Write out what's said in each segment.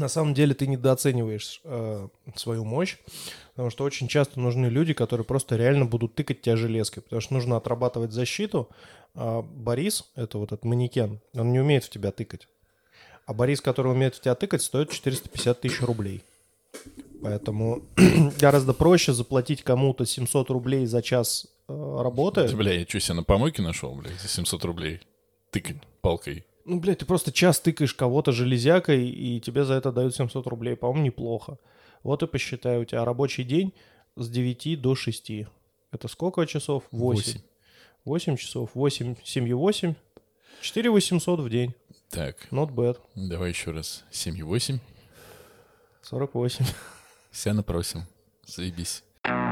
на самом деле ты недооцениваешь свою мощь, потому что очень часто нужны люди, которые просто реально будут тыкать тебя железкой, потому что нужно отрабатывать защиту. А Борис, это вот этот манекен, он не умеет в тебя тыкать. А Борис, который умеет в тебя тыкать, стоит 450 тысяч рублей. Поэтому гораздо проще заплатить кому-то 700 рублей за час работы. Бля, я что, себе на помойке нашел, бля, за 700 рублей тыкать палкой? Ну, блядь, ты просто час тыкаешь кого-то железякой, и тебе за это дают 700 рублей. По-моему, неплохо. Вот и посчитай, у тебя рабочий день с 9 до 6. Это сколько часов? 8. 8 часов. 8, 7, 8. 4 800 в день. Так. Not bad. Давай еще раз. 7,8. 48. Вся напросим. Заебись.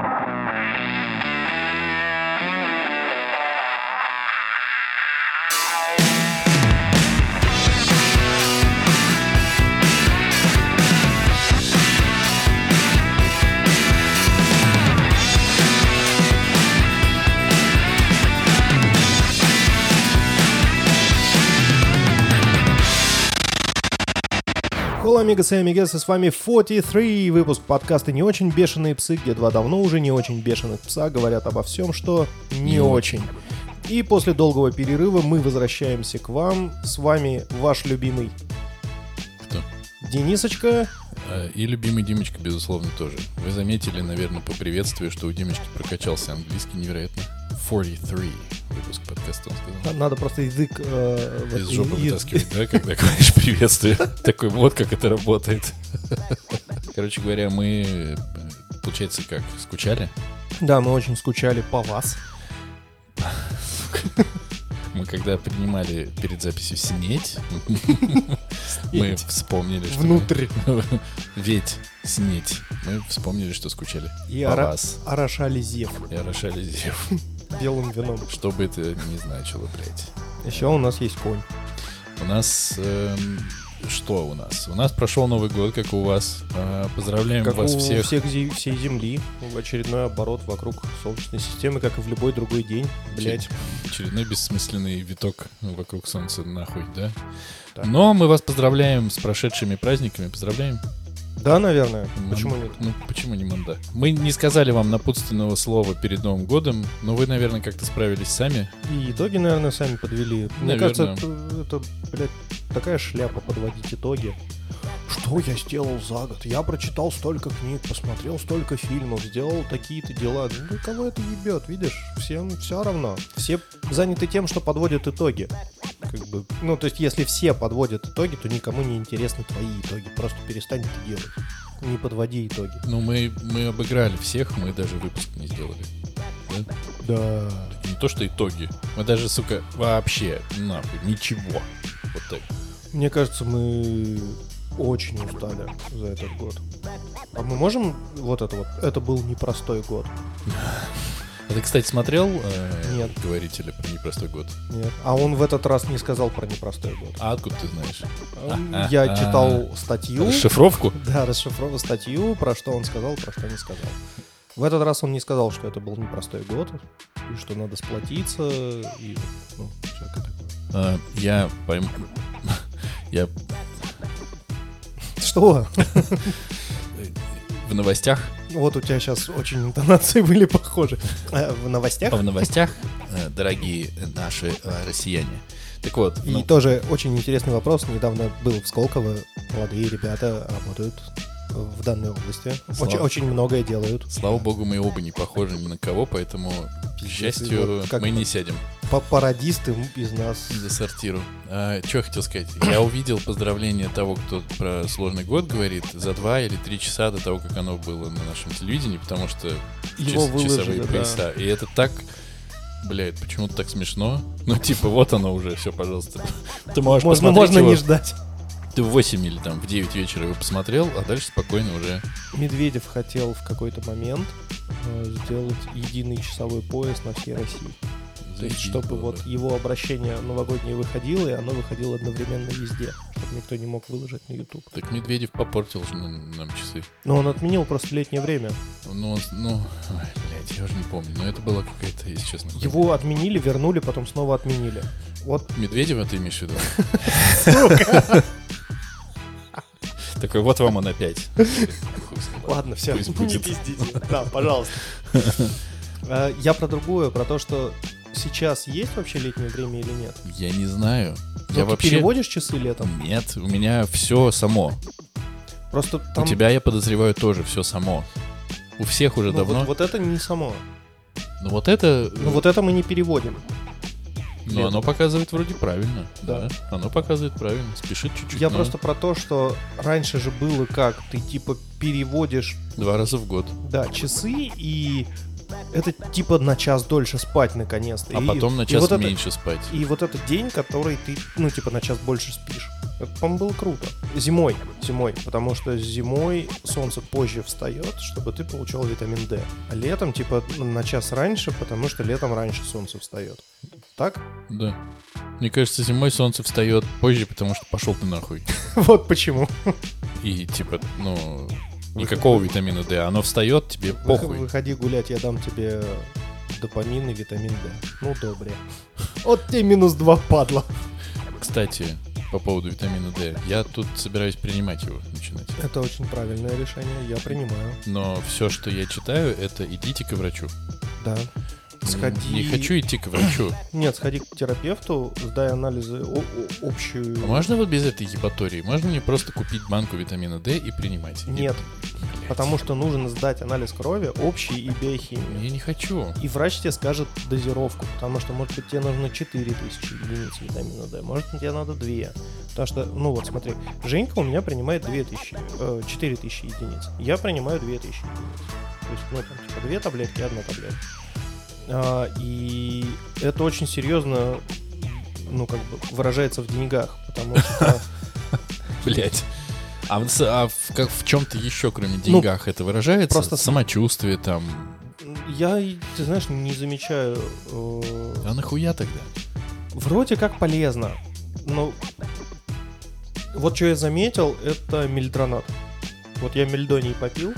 Hola, amigos и amigues, с вами 43, выпуск подкаста «Не очень бешеные псы», где два давно уже не очень бешеных пса говорят обо всем, что не очень. И после долгого перерыва мы возвращаемся к вам. С вами ваш любимый... Кто? Денисочка. И любимый Димочка, безусловно, тоже. Вы заметили, наверное, по приветствию, что у Димочки прокачался английский невероятно. 43 выпуск подкаста, он сказал. Надо просто язык... из жопы вытаскивать, да, когда говоришь приветствие. Такой, вот как это работает. Короче говоря, мы, получается, как, скучали? Да, мы очень скучали по вас. Мы когда принимали перед записью «снеть», мы вспомнили, что... Внутрь. Ведь «снеть». Мы вспомнили, что скучали И по вас. орошали зев. И орошали зев. Белым вином. Что бы это ни значило, блядь. Еще у нас есть конь. У нас... что у нас? У нас прошел Новый год, как у вас. Поздравляем как вас у всех. всей Земли. Очередной оборот вокруг Солнечной системы, как и в любой другой день. Блять. Очередной бессмысленный виток вокруг Солнца, нахуй, да? Так. Но мы вас поздравляем с прошедшими праздниками. Поздравляем. Да, наверное. Почему нет? Ну, почему не манда? Мы не сказали вам напутственного слова перед Новым годом, но вы, наверное, как-то справились сами. И итоги, наверное, сами подвели. Мне Наверное. кажется, это, блядь, такая шляпа подводить итоги. Что я сделал за год? Я прочитал столько книг, посмотрел столько фильмов, сделал такие-то дела. Ну, кого это ебет, видишь? Всем все равно. Все заняты тем, что подводят итоги. Как бы, ну, то есть, если все подводят итоги, то никому не интересны твои итоги. Просто перестань это делать. Не подводи итоги. Ну, мы обыграли всех, мы даже выпуск не сделали. Да? Да. Не то, что итоги. Мы даже, сука, вообще, нахуй, ничего. Вот так. Мне кажется, мы очень устали за этот год. А мы можем вот это вот? Это был непростой год. А ты, кстати, смотрел Нет. «Говорители» про непростой год? Нет. А он в этот раз не сказал про непростой год. А откуда ты знаешь? Я читал статью. Расшифровку? Да, расшифровал статью, про что он сказал, про что не сказал. В этот раз он не сказал, что это был непростой год, и что надо сплотиться, и ну, всякое такое. Я Что? в новостях. Вот у тебя сейчас очень интонации были похожи. В новостях? В новостях, дорогие наши россияне. Так вот. И тоже очень интересный вопрос. Недавно был в Сколково. Молодые ребята работают в данной области. Очень многое делают. Слава богу, мы оба не похожи ни на кого, поэтому, к счастью, Вот мы не сядем. Пародисты из нас. За сортиру. Что я хотел сказать? Я увидел поздравление того, кто про сложный год говорит, за 2 или 3 часа до того, как оно было на нашем телевидении, потому что Его часовые выложили, пояса. да. И это так, блядь, почему-то так смешно. Ну, типа, вот оно уже, все, пожалуйста. Ты можешь посмотреть Можно его. не ждать. Ты в 8 или там в 9 вечера его посмотрел, а дальше спокойно уже. Медведев хотел в какой-то момент сделать единый часовой пояс на всей России. То есть, чтобы вот его обращение новогоднее выходило, и оно выходило одновременно везде, чтобы никто не мог выложить на YouTube. Так Медведев попортил же нам часы. Но он отменил просто летнее время. Ну, блядь, я уже не помню. Но это была какая-то, если честно. Его отменили, вернули, потом снова отменили. Вот. Медведева ты имеешь в виду? Такой, вот вам он опять. Ладно, все, Пусть не будет. пиздите. Да, пожалуйста. Я про другое, про то, что сейчас есть вообще летнее время или нет? Я не знаю. Ну, Я ты вообще... переводишь часы летом? Нет, у меня все само. Просто там... У тебя, я подозреваю, тоже все само. У всех уже Ну, давно. вот это не само. Ну вот это... Ну вот это мы не переводим. Ну, оно показывает вроде правильно. Да. Да. Оно показывает правильно. Спешит чуть-чуть. Я но просто про то, что раньше же было как, ты типа переводишь, 2 раза в год. да, часы, и это типа на час дольше спать наконец-то. А И- потом на и час вот это- меньше спать. И вот этот день, который ты, ну, типа, на час больше спишь. Это, по-моему, было круто. Зимой, потому что зимой солнце позже встает, чтобы ты получал витамин D. А летом, типа, на час раньше, потому что летом раньше солнце встает. Так? Да. Мне кажется, зимой солнце встает позже, потому что пошел ты нахуй. Вот почему. И типа, ну, никакого витамина D. Оно встает, тебе похуй. Выходи гулять, я дам тебе допамин и витамин D. Ну, добре. Вот тебе -2, падла. Кстати, по поводу витамина D. Я тут собираюсь принимать его, начинать. Это очень правильное решение, я принимаю. Но все, что я читаю, это идите к врачу. Да. Сходи... Не хочу идти к врачу. Нет, сходи к терапевту, сдай анализы общую... А можно вот без этой ебатории? Можно мне просто купить банку витамина D и принимать? Нет, Блядь. потому что нужно сдать анализ крови, общий и биохимию. Я не хочу. И врач тебе скажет дозировку, потому что, может быть, тебе нужно 4000 единиц витамина D, может, тебе надо 2. Потому что, ну вот, смотри, Женька у меня принимает 4000 единиц. Я принимаю 2000 единиц. То есть, ну, там, типа, 2 таблетки, 1 таблетка. И это очень серьезно, ну, как бы, выражается в деньгах, потому что... Блять. В чем-то еще, кроме деньгах, это выражается? просто Самочувствие там. Я, ты знаешь, не замечаю... А нахуя тогда? Вроде как полезно, но вот что я заметил, это мельдронат. Вот я мельдоний попил,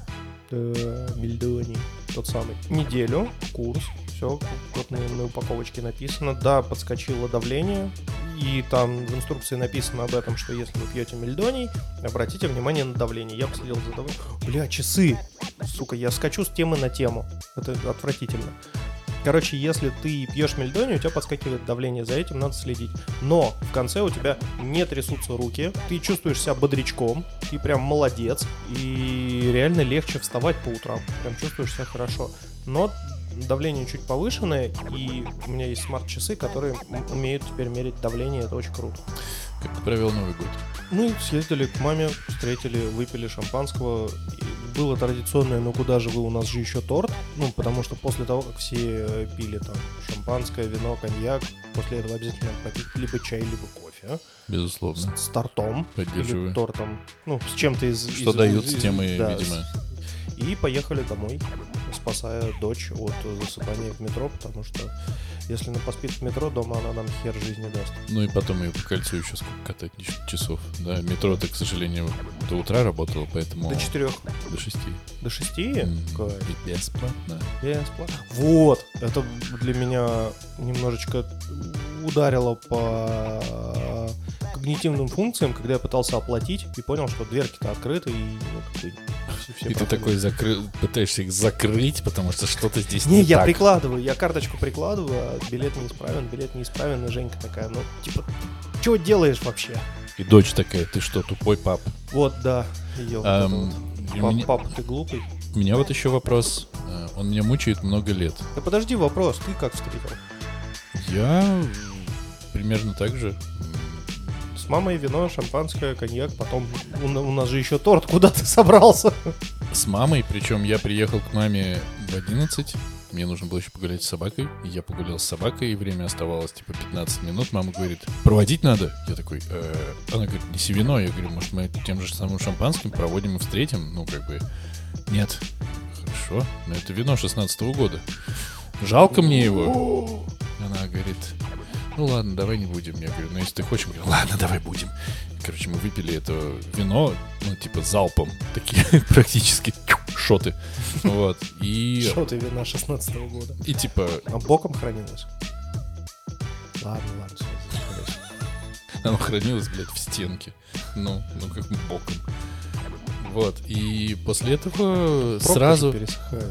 мельдоний, тот самый, неделю, курс, все, вот на упаковочке написано, да, подскочило давление, и там в инструкции написано об этом, что если вы пьете мельдоний, обратите внимание на давление. Я последил за давлением. Бля, часы! Сука, я скачу с темы на тему. Это отвратительно. Короче, если ты пьешь мельдоний, у тебя подскакивает давление, за этим надо следить. Но в конце у тебя не трясутся руки, ты чувствуешь себя бодрячком, ты прям молодец, и реально легче вставать по утрам, прям чувствуешь себя хорошо. Но давление чуть повышенное, и у меня есть смарт-часы, которые умеют теперь мерить давление, это очень круто. Как ты провел Новый год? Мы съездили к маме, встретили, выпили шампанского. И было традиционное, ну куда же вы, у нас же еще торт. Ну, потому что после того, как все пили там шампанское, вино, коньяк, после этого обязательно попить либо чай, либо кофе. Безусловно. С тортом. Поддерживаю. Или тортом. Ну, с чем-то из... Что дают, с тем и, да, видимо. И поехали домой, спасая дочь от засыпания в метро, потому что если она поспит в метро, дома она нам хер жизни даст. Ну и потом ее по кольцу еще сколько катать часов. Да, метро-то, к сожалению, до утра работало, поэтому... До 4. До 6. До 6? И бесплатно. Бесплатно. Вот, это для меня немножечко ударило по когнитивным функциям, когда я пытался оплатить и понял, что дверки-то открыты, и ну, все И ты такой пытаешься их закрыть, потому что что-то здесь Не, не я так. прикладываю, я карточку прикладываю, а билет неисправен, и Женька такая, ну, типа, что делаешь вообще? И дочь такая, ты что, тупой пап? Вот, да, ее И у меня- папа, ты глупый. У меня вот еще вопрос. Он меня мучает много лет. Да подожди, вопрос, ты как встретил? Я примерно так же. С мамой вино, шампанское, коньяк, потом у нас же еще торт, куда ты собрался? С мамой, причем я приехал к маме в 11. Мне нужно было еще погулять с собакой. И я погулял с собакой, и время оставалось типа 15 минут. Мама говорит, проводить надо? Я такой, Она говорит, неси вино. Я говорю, может, мы тем же самым шампанским проводим и встретим? Ну, как бы, нет. Хорошо, но это вино 16-го года. Жалко мне его. Она говорит, ну ладно, давай не будем. Я говорю, ну если ты хочешь, я говорю, ладно, давай будем. Короче, мы выпили это вино, ну типа залпом, такие практически шоты. Вот. И Что ты, вина 16-го года? И типа А боком хранилось? Ладно, все, заебались. оно хранилось, блядь, в стенке. Ну, как боком. Вот, и после этого Пробка сразу... же пересыхает.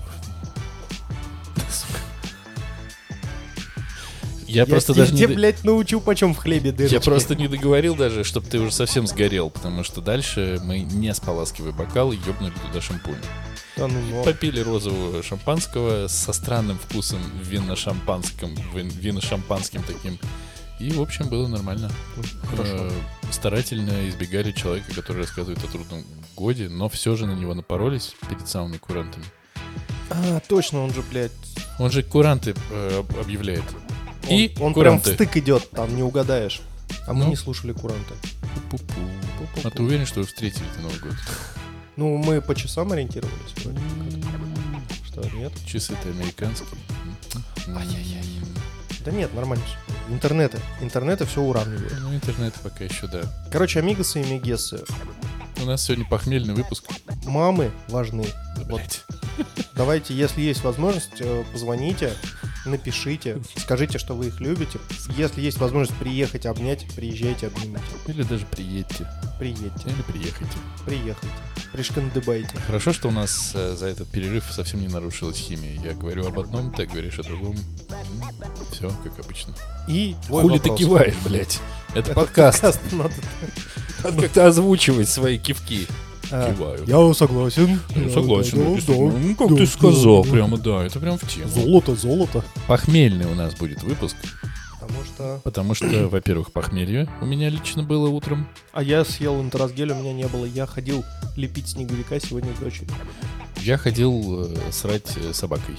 Я просто даже не... блядь, научу, почем в хлебе дырочки. Я просто не договорил даже, чтобы ты уже совсем сгорел, потому что дальше мы, не споласкивая бокал, ёбнули туда шампунь. Да ну, но. Попили розового шампанского со странным вкусом винно-шампанским таким. И, в общем, было нормально. Хорошо. Старательно избегали человека, который рассказывает о трудном годе, но все же на него напоролись перед самыми курантами. А, точно, он же, блядь. Он же куранты объявляет. Он прям куранты. в стык идет, там не угадаешь. А мы Ну. не слушали куранты. Пу-пу-пу. А ты уверен, что вы встретили Новый год? Ну, мы по часам ориентировались. Вроде как. Что, нет? Часы-то американские. Ай-яй-яй. Да нет, нормально все. Интернеты все уравнивают. Ну, интернет пока еще, да. Короче, амигосы и мегесы. У нас сегодня похмельный выпуск. Мамы важны. Вот. Блять. Давайте, если есть возможность, позвоните, напишите, скажите, что вы их любите. Если есть возможность приехать, обнять, приезжайте, обнимите. Или даже приедьте. Приедьте, Или приехайте. приехайте. Пришкандыбайте. Хорошо, что у нас за этот перерыв совсем не нарушилась химия. Я говорю об одном, ты говоришь о другом. Все, как обычно. И твой Хули вопрос. ты киваешь, блядь? Это подкаст. Надо. Надо как-то озвучивать свои кивки. А, Киваю. Я согласен. Ну, согласен. Да, действительно. да, Ну, как да, ты да, сказал, да. прямо, да, это прям в тему. Золото. Похмельный у нас будет выпуск, Потому что... потому что, во-первых, похмелье у меня лично было утром. А я съел интеросгель, у меня не было. Я ходил лепить снеговика сегодня с дочерью. Я ходил срать собакой.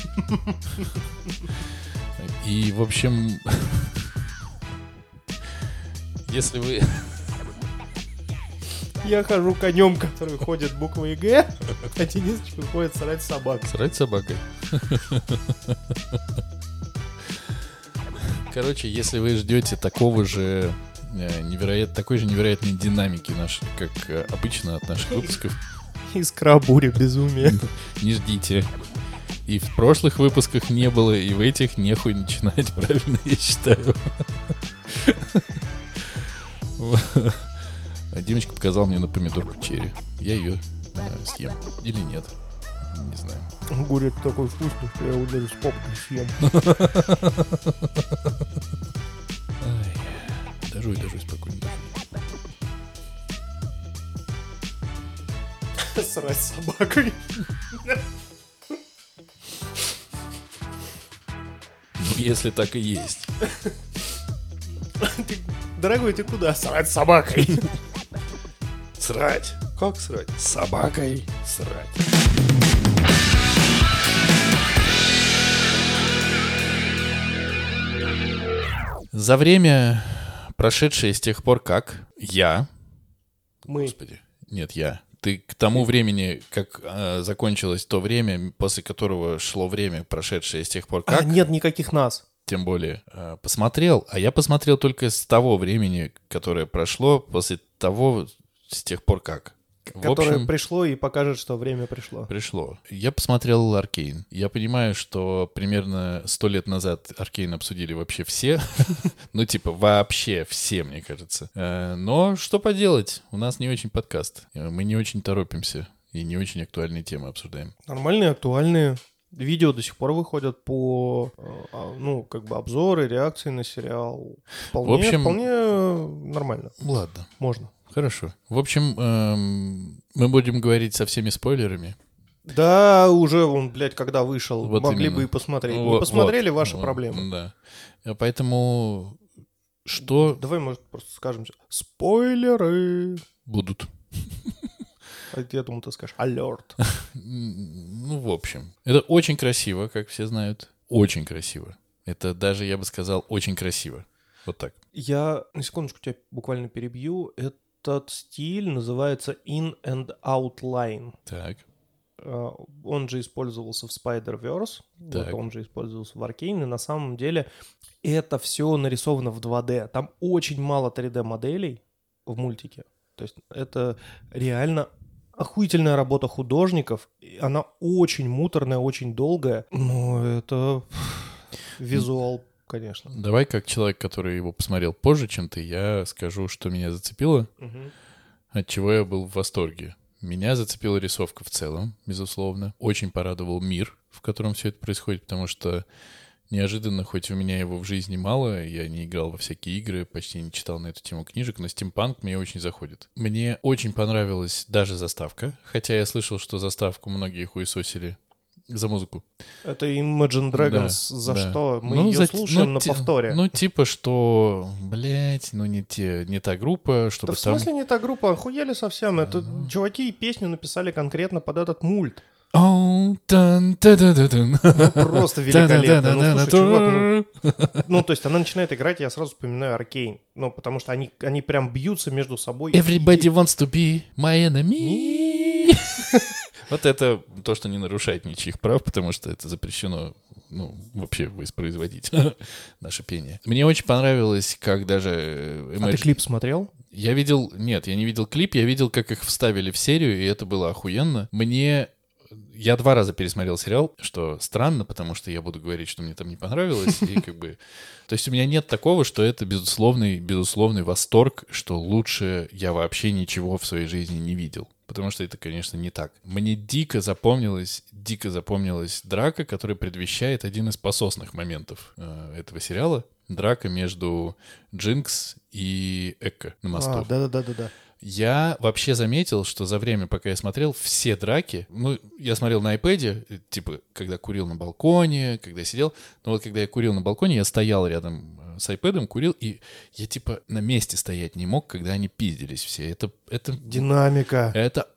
И, в общем, если вы... Я хожу конем, который ходит буквой Г, а Денисочка ходит срать собак. Срать собакой. Короче, если вы ждете такого же такой же невероятной динамики, как обычно от наших выпусков, Искра, буря, безумие. не ждите. И в прошлых выпусках не было, и в этих нехуй начинать, правильно, я считаю. Димочка показал мне на помидорку черри. Я ее съем. Или нет. Не знаю. Буря такой вкусный, что я его даже с попкой съем. Дожуй, спокойно. Срать собакой. Ну, если так и есть. Дорогой, ты куда? Срать собакой. Срать. Как срать? С собакой срать. За время, прошедшее с тех пор, как Мы. Господи, нет, ты к тому времени, как закончилось то время, после которого шло время, прошедшее с тех пор, как, Нет никаких нас. тем более, посмотрел. А я посмотрел только с того времени, которое прошло, после того, с тех пор, как. В Которое общем, пришло и покажет, что время пришло. пришло. Я посмотрел «Аркейн». Я понимаю, что примерно 100 лет назад «Аркейн» обсудили вообще все. Ну, типа, вообще все, мне кажется. Но что поделать? У нас не очень подкаст. Мы не очень торопимся и не очень актуальные темы обсуждаем. Нормальные, актуальные. Видео до сих пор выходят по, обзоры, реакции на сериал. В общем- Вполне нормально. Ладно, Можно. хорошо. В общем, мы будем говорить со всеми спойлерами. Да, уже он, блядь, когда вышел, Вот могли именно. бы и посмотреть. Не Вот, посмотрели, вот, ваша вот, проблема. Да. Поэтому что Давай, может, просто скажем спойлеры. будут? А я думаю, ты скажешь алерт. Ну, в общем. Это очень красиво, как все знают. Очень красиво. Это даже, я бы сказал, очень красиво. Вот так. Я на секундочку тебя буквально перебью. Этот стиль называется in and out line. Так. Он же использовался в Spider-Verse, вот Так. он же использовался в Arcane, и на самом деле это все нарисовано в 2D. Там очень мало 3D-моделей в мультике. То есть это реально охуительная работа художников. И она очень муторная, очень долгая. Но это визуал, конечно. Давай, как человек, который его посмотрел позже, чем ты, я скажу, что меня зацепило. Мгм. от чего я был в восторге. Меня зацепила рисовка в целом, безусловно. Очень порадовал мир, в котором все это происходит, потому что неожиданно, хоть у меня его в жизни мало, я не играл во всякие игры, почти не читал на эту тему книжек, но стимпанк мне очень заходит. Мне очень понравилась даже заставка, хотя я слышал, что заставку многие хуесосили за музыку. Это Imagine Dragons, Да, за да. что? Мы ее слушаем на повторе. Ну, типа, что, блядь, ну не та группа, чтобы Да в там... смысле не та группа, охуели совсем. Это чуваки песню написали конкретно под этот мульт. Оу, тан-та-да-да-дун. Просто великолепно. Ну, слушай, чувак, ну, то есть она начинает играть, я сразу вспоминаю Аркейн. Ну, потому что они прям бьются между собой. Everybody wants to be my enemy. Вот это то, что не нарушает ничьих прав, потому что это запрещено, ну, вообще воспроизводить наше пение. Мне очень понравилось, как даже... А ты клип смотрел? Я не видел клип, я видел, как их вставили в серию, и это было охуенно. Я 2 раза пересмотрел сериал, что странно, потому что я буду говорить, что мне там не понравилось, и как бы... То есть у меня нет такого, что это безусловный восторг, что лучше я вообще ничего в своей жизни не видел. Потому что это, конечно, не так. Мне дико запомнилась драка, которая предвещает один из пососных моментов этого сериала. Драка между Джинкс и Экко на мосту. Да. Я вообще заметил, что за время, пока я смотрел, все драки... Ну, я смотрел на iPad, типа, когда курил на балконе, когда сидел. Но вот когда я курил на балконе, я стоял рядом с iPad'ом, курил, и я, типа, на месте стоять не мог, когда они пиздились все. Это динамика. Это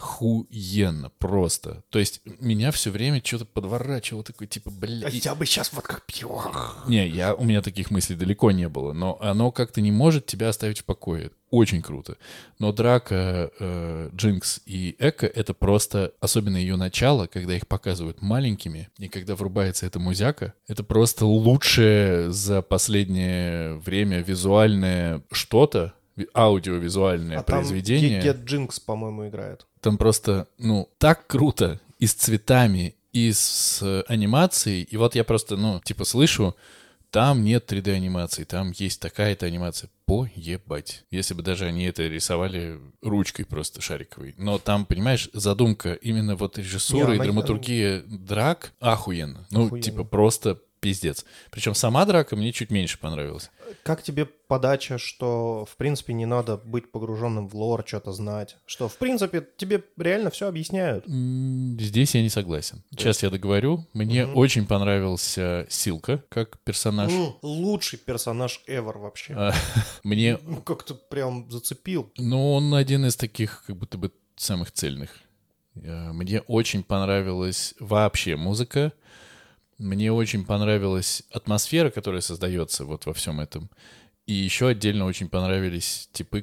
охуенно просто. То есть меня все время что-то подворачивало, такой, типа, блядь... Я бы сейчас вот как пью. Не, у меня таких мыслей далеко не было, но оно как-то не может тебя оставить в покое. Очень круто. Но драка Джинкс и Экко — это просто, особенно ее начало, когда их показывают маленькими, и когда врубается эта музяка, это просто лучшее за последнее время визуальное что-то, аудиовизуальное произведение. Там Дед Джинкс, по-моему, играет. Там просто, ну, так круто и с цветами, и с анимацией. И вот я просто, ну, типа слышу, там нет 3D-анимации, там есть такая-то анимация. Поебать. Если бы даже они это рисовали ручкой просто шариковой. Но там, понимаешь, задумка именно вот режиссура и драматургия драк охуенно. Ну, типа просто пиздец. Причем сама драка мне чуть меньше понравилась. Как тебе подача, что, в принципе, не надо быть погруженным в лор, что-то знать? Что, в принципе, тебе реально все объясняют? Здесь я не согласен. Сейчас я договорю. Мне очень понравился Силка как персонаж. Лучший персонаж ever вообще. Мне... Как-то прям зацепил. Ну, он один из таких, как будто бы, самых цельных. Мне очень понравилась вообще музыка. Мне очень понравилась атмосфера, которая создается вот во всем этом. И еще отдельно очень понравились типы,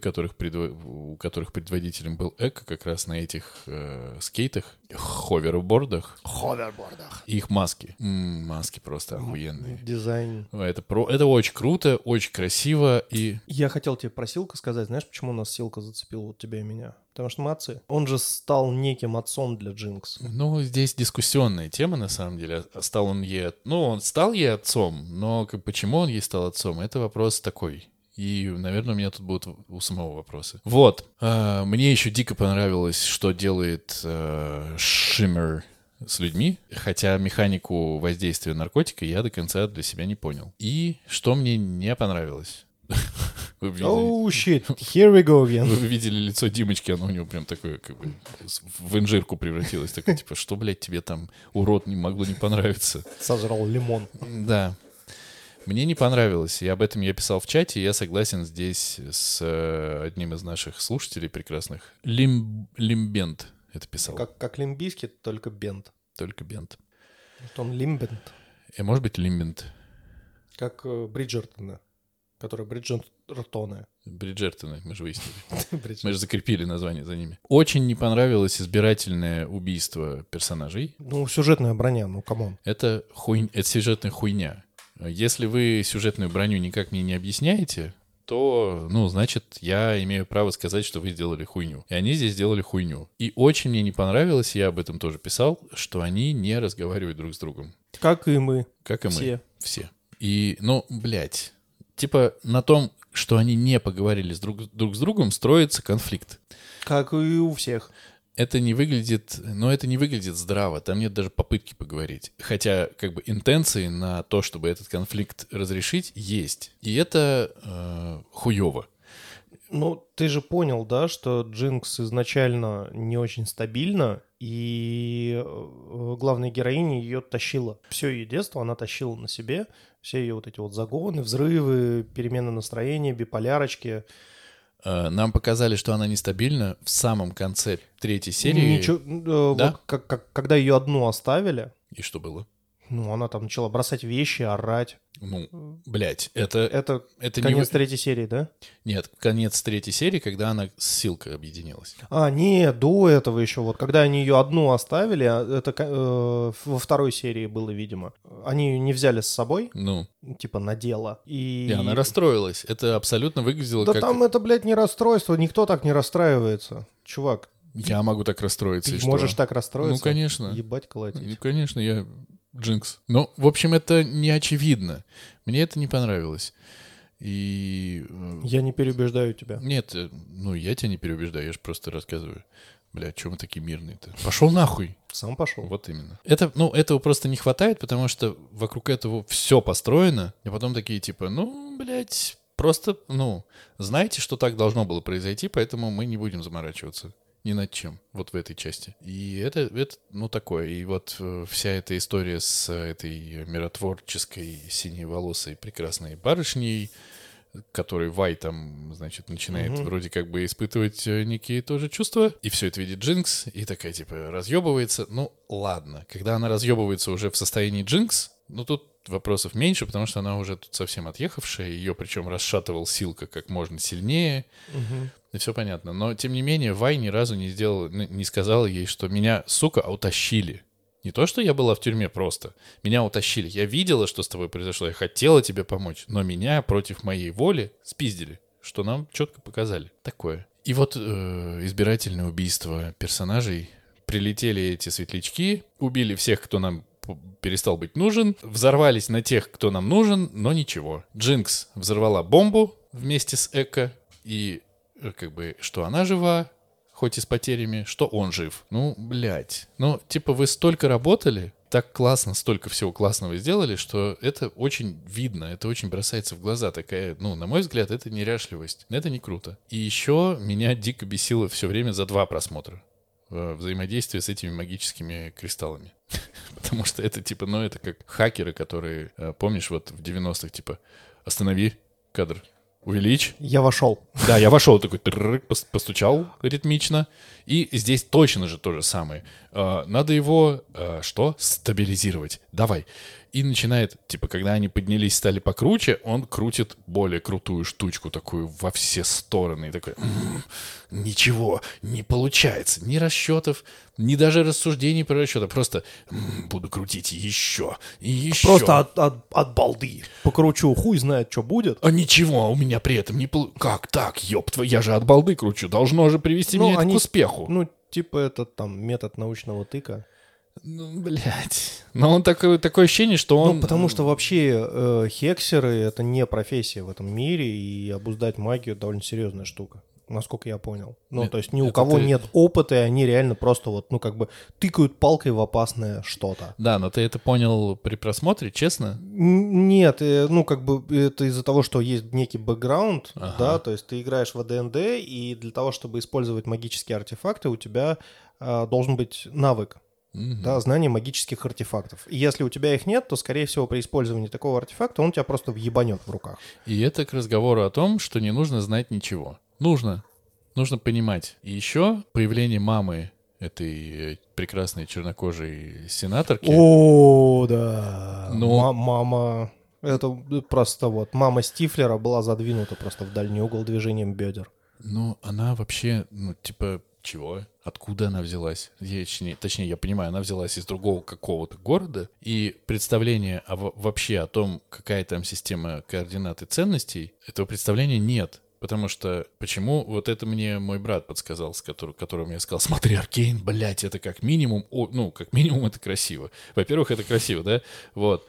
у которых предводителем был Экко, как раз на этих скейтах, ховербордах. И их маски. Маски просто охуенные. Дизайн. Это очень круто, очень красиво. И... Я хотел тебе про Силка сказать. Знаешь, почему у нас Силка зацепил вот тебя и меня? Потому что мы отцы. Он же стал неким отцом для Джинкс. Ну, здесь дискуссионная тема, на самом деле. Стал он ей... Ну, он стал ей отцом, но почему он ей стал отцом, это вопрос такой. И, наверное, у меня тут будут у самого вопросы. Вот. Мне еще дико понравилось, что делает Шиммер с людьми, хотя механику воздействия наркотика я до конца для себя не понял. И что мне не понравилось... Oh shit, here we go again. Вы видели лицо Димочки, оно у него прям такое, как бы, в инжирку превратилось. Такое, типа, что, блядь, тебе там, урод, не могло не понравиться? Сожрал лимон. Да. Мне не понравилось, и об этом я писал в чате, и я согласен здесь с одним из наших слушателей прекрасных. Лимбент это писал. Как Лимбискит, только бент. Только бент. Вот он Лимбент. И может быть Лимбент. Как Бриджертона. Которые Бриджертоны. Бриджертоны, мы же выяснили. Мы же закрепили название за ними. Очень не понравилось избирательное убийство персонажей. Ну, сюжетная броня, ну, камон. Это сюжетная хуйня. Если вы сюжетную броню никак мне не объясняете, то, ну, значит, я имею право сказать, что вы сделали хуйню. И они здесь сделали хуйню. И очень мне не понравилось, я об этом тоже писал, что они не разговаривают друг с другом. Как и мы. Как и мы. Все. И, ну, блядь. Типа на том, что они не поговорили друг с другом, строится конфликт. Как и у всех. Это не выглядит здраво, там нет даже попытки поговорить. Хотя, как бы, интенции на то, чтобы этот конфликт разрешить, есть. И это хуёво. Ну, ты же понял, да, что Джинкс изначально не очень стабильна, и главная героиня ее тащила. Все ее детство она тащила на себе, все ее вот эти вот загоны, взрывы, перемены настроения, биполярочки. Нам показали, что она нестабильна в самом конце 3-й серии. Да? Вот когда ее одну оставили, И что было? ну, она там начала бросать вещи, орать. Ну, блядь, это конец 3-й серии, да? Нет, конец 3-й серии, когда она с Силкой объединилась. Нет, до этого еще. Вот когда они ее одну оставили, это во 2-й серии было, видимо. Они ее не взяли с собой, типа на дело. И она расстроилась. Это абсолютно выглядело да как... там это, блядь, не расстройство. Никто так не расстраивается. Чувак. Я могу так расстроиться. Ты можешь так расстроиться? Ну, конечно. Ебать колотить. Ну, конечно, я... Джинкс. Ну, в общем, это не очевидно. Мне это не понравилось. И... Я не переубеждаю тебя. Нет, я тебя не переубеждаю, я же просто рассказываю. Бля, чё мы такие мирные-то? Пошел нахуй. Сам пошел. Вот именно. Этого просто не хватает, потому что вокруг этого все построено, и потом такие типа, блядь, просто, знаете, что так должно было произойти, поэтому мы не будем заморачиваться ни над чем вот в этой части. И это такое. И вот вся эта история с этой миротворческой синеволосой прекрасной барышней, который Вай там, значит, начинает вроде как бы испытывать некие тоже чувства. И все это видит Джинкс, и такая, типа, разъебывается. Ну, ладно. Когда она разъебывается уже в состоянии Джинкс, тут вопросов меньше, потому что она уже тут совсем отъехавшая. Ее причем расшатывал Силка как можно сильнее. И все понятно. Но, тем не менее, Вай ни разу не сказала ей, что меня, сука, утащили. Не то, что я была в тюрьме просто. Меня утащили. Я видела, что с тобой произошло. Я хотела тебе помочь. Но меня против моей воли спиздили. Что нам четко показали. Такое. И вот избирательное убийство персонажей. Прилетели эти светлячки. Убили всех, кто нам перестал быть нужен. Взорвались на тех, кто нам нужен. Но ничего. Джинкс взорвала бомбу вместе с Эко. И как бы, что она жива, хоть и с потерями, что он жив. Блядь. Вы столько работали, так классно, столько всего классного сделали, что это очень видно, это очень бросается в глаза. Такая, на мой взгляд, это неряшливость. Это не круто. И еще меня дико бесило все время за 2 просмотра взаимодействие с этими магическими кристаллами. Потому что это, это как хакеры, которые, помнишь, вот в 90-х, останови кадр, увеличь. Я вошел. Да, я вошел, такой постучал ритмично. И здесь точно же то же самое. Надо его, стабилизировать. Давай. И начинает, когда они поднялись, стали покруче, он крутит более крутую штучку такую во все стороны. И такой, ничего не получается. Ни расчетов, ни даже рассуждений про расчеты. Просто буду крутить еще и еще. Просто от балды. Покручу, хуй знает, что будет. А ничего у меня при этом не получится. Как так, ёб твою, я же от балды кручу. Должно же привести меня это к успеху. Это там метод научного тыка. Блядь. Но он такое ощущение, что он... потому что вообще хексеры — это не профессия в этом мире, и обуздать магию — довольно серьезная штука, насколько я понял. То есть ни у кого нет опыта, и они реально просто тыкают палкой в опасное что-то. Да, но ты это понял при просмотре, честно? Нет, это из-за того, что есть некий бэкграунд, да, то есть ты играешь в АДНД, и для того, чтобы использовать магические артефакты, у тебя должен быть навык. Да, знание магических артефактов. И если у тебя их нет, то, скорее всего, при использовании такого артефакта он тебя просто въебанет в руках. И это к разговору о том, что не нужно знать ничего. Нужно понимать. И еще появление мамы этой прекрасной чернокожей сенаторки. О, да. Мама... Это просто мама Стифлера была задвинута просто в дальний угол движением бедер. Она вообще, чего? Откуда она взялась? Точнее, я понимаю, она взялась из другого какого-то города, и представление вообще о том, какая там система координат и ценностей, этого представления нет. Потому что, почему? Вот это мне мой брат подсказал, которому я сказал, смотри, Аркейн, блядь, это как минимум, как минимум это красиво. Во-первых, это красиво, да? Вот.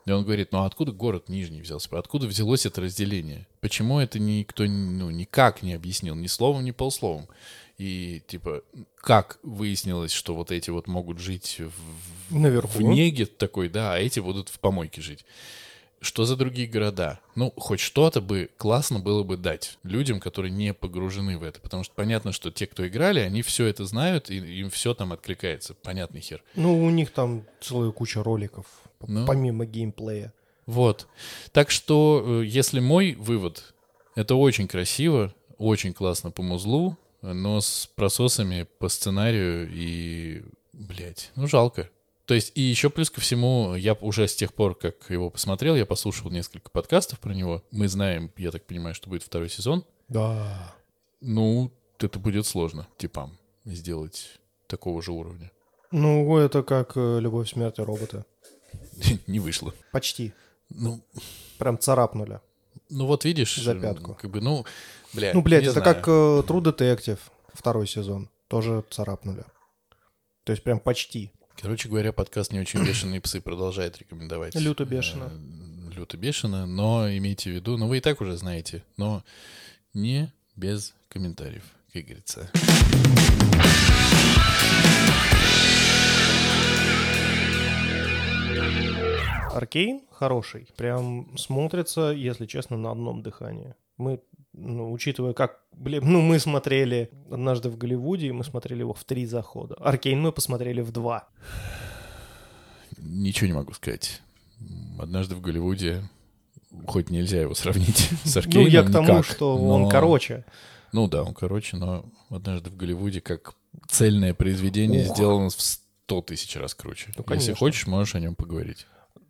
И он говорит, ну а откуда город Нижний взялся? Откуда взялось это разделение? Почему это никто никак не объяснил, ни словом, ни полсловом? И типа, как выяснилось, что вот эти вот могут жить Наверху. в неге такой, да, а эти будут в помойке жить? Что за другие города? Ну, хоть что-то бы классно было бы дать людям, которые не погружены в это. Потому что понятно, что те, кто играли, они все это знают, и им все там откликается. Понятный хер. Ну, у них там целая куча роликов, Ну. помимо геймплея. Вот. Так что, если мой вывод, это очень красиво, очень классно по музлу, но с прососами по сценарию и, блядь, ну жалко. То есть, и еще плюс ко всему, я уже с тех пор, как его посмотрел, я послушал несколько подкастов про него. Мы знаем, я так понимаю, что будет второй сезон. Да. Ну, это будет сложно типам сделать такого же уровня. Ну, это как «Любовь, смерть и роботы». Не вышло. Почти. Ну, Прям царапнули. ну вот видишь, За пятку. как бы, ну, блядь, Ну, блядь, не это знаю. как True Detective, второй сезон. Тоже царапнули. То есть прям почти. Короче говоря, подкаст «Не очень бешеные псы» продолжает рекомендовать. Люто бешено. Люто бешено, но имейте в виду, ну вы и так уже знаете, но не без комментариев, как говорится. Аркейн хороший. Прям смотрится, если честно, на одном дыхании. Мы, учитывая, как, мы смотрели «Однажды в Голливуде», и мы смотрели его в 3 захода. Аркейн мы посмотрели в 2. Ничего не могу сказать. «Однажды в Голливуде», хоть нельзя его сравнить с Аркейном, Ну, я к тому, никак, что но- он короче. Ну да, он короче, но «Однажды в Голливуде» как цельное произведение Ух. сделано в 100 тысяч раз круче. Ну, Если конечно. хочешь, можешь о нем поговорить.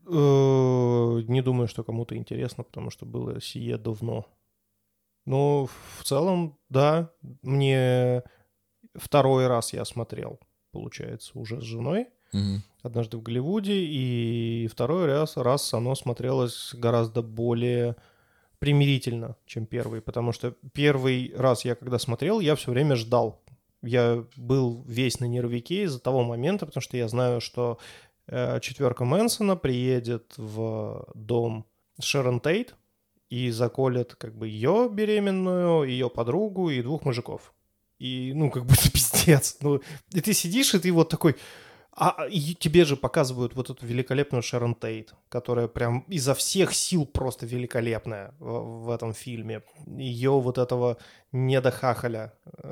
Не думаю, что кому-то интересно, потому что было сие давно. Но в целом, да, мне второй раз я смотрел, получается, уже с женой. Мгм. «Однажды в Голливуде», и второй раз оно смотрелось гораздо более примирительно, чем первый, потому что первый раз я когда смотрел, я все время ждал. Я был весь на нервике из-за того момента, потому что я знаю, что четверка Мэнсона приедет в дом Шерон Тейт и заколет как бы ее беременную, ее подругу и 2 мужиков. И, как бы это пиздец. И ты сидишь, и ты вот такой... и тебе же показывают вот эту великолепную Шерон Тейт, которая прям изо всех сил просто великолепная в этом фильме. Ее вот этого недохахаля,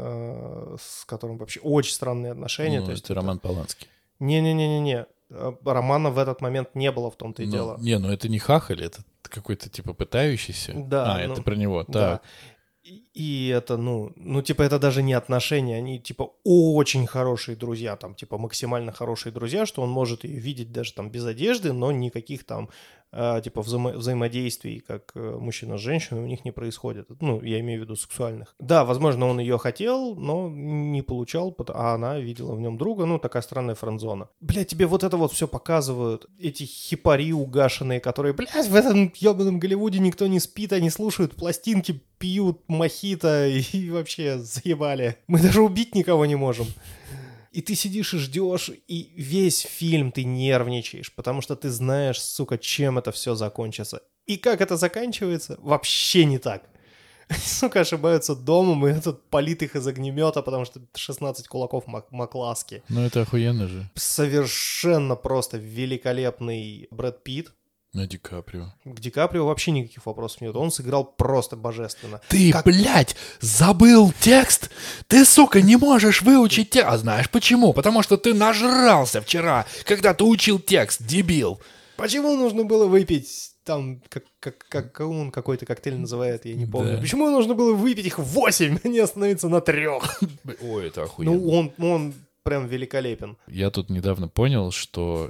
с которым вообще очень странные отношения. Ну, То есть это Роман Поланский. Не-не-не-не-не. Романа в этот момент не было, в том-то и дело. Не, ну это не хахаль, это какой-то типа пытающийся. Да, это про него. Да. Так. И это, типа, это даже не отношения, они, типа, очень хорошие друзья, там, типа, максимально хорошие друзья, что он может ее видеть даже там без одежды, но никаких там, типа, взаимодействий, как мужчина с женщиной, у них не происходит. Я имею в виду сексуальных. Да, возможно, он ее хотел, но не получал, а она видела в нем друга, такая странная френдзона. Блядь, тебе вот это вот все показывают, эти хипари угашенные, которые, блядь, в этом ебаном Голливуде никто не спит, они слушают пластинки, пьют мохито и вообще заебали. Мы даже убить никого не можем. И ты сидишь и ждешь, и весь фильм ты нервничаешь, потому что ты знаешь, сука, чем это все закончится. И как это заканчивается, вообще не так. Они, сука, ошибаются домом, и этот палит их из огнемета, потому что 16 кулаков Макласки. Ну это охуенно же. Совершенно просто великолепный Брэд Питт. На Ди Каприо. К Ди Каприо вообще никаких вопросов нет. Он сыграл просто божественно. Ты, блядь, забыл текст? Ты, сука, не можешь выучить текст. А знаешь почему? Потому что ты нажрался вчера, когда ты учил текст, дебил. Почему нужно было выпить там, как он какой-то коктейль называет, я не помню. Да. Почему нужно было выпить их 8, а не остановиться на 3? Ой, это охуенно. Он прям великолепен. Я тут недавно понял, что,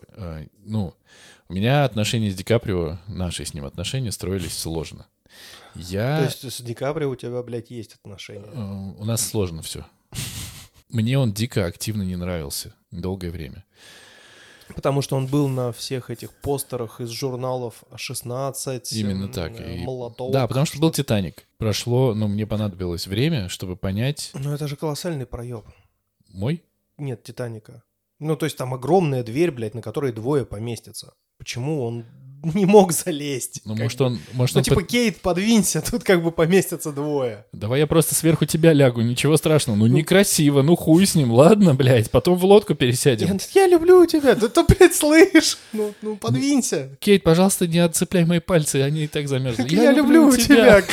у меня отношения с Ди Каприо, наши с ним отношения строились сложно. То есть с Ди Каприо у тебя, блядь, есть отношения? У нас сложно все. Мне он дико активно не нравился долгое время. Потому что он был на всех этих постерах из журналов 16. Именно так. Молоток. Да, потому что был «Титаник». Прошло, мне понадобилось время, чтобы понять... Ну, это же колоссальный проеб. Мой? Нет, «Титаника». То есть там огромная дверь, блядь, на которой 2 поместятся. Почему он не мог залезть. Ну, может, он... Кейт, подвинься, тут как бы поместятся двое. Давай я просто сверху тебя лягу, ничего страшного. Ну, некрасиво, ну хуй с ним, ладно, блядь, потом в лодку пересядем. Я люблю тебя, ты, блядь, слышь? Ну, подвинься. Кейт, пожалуйста, не отцепляй мои пальцы, они и так замерзли. Я люблю тебя.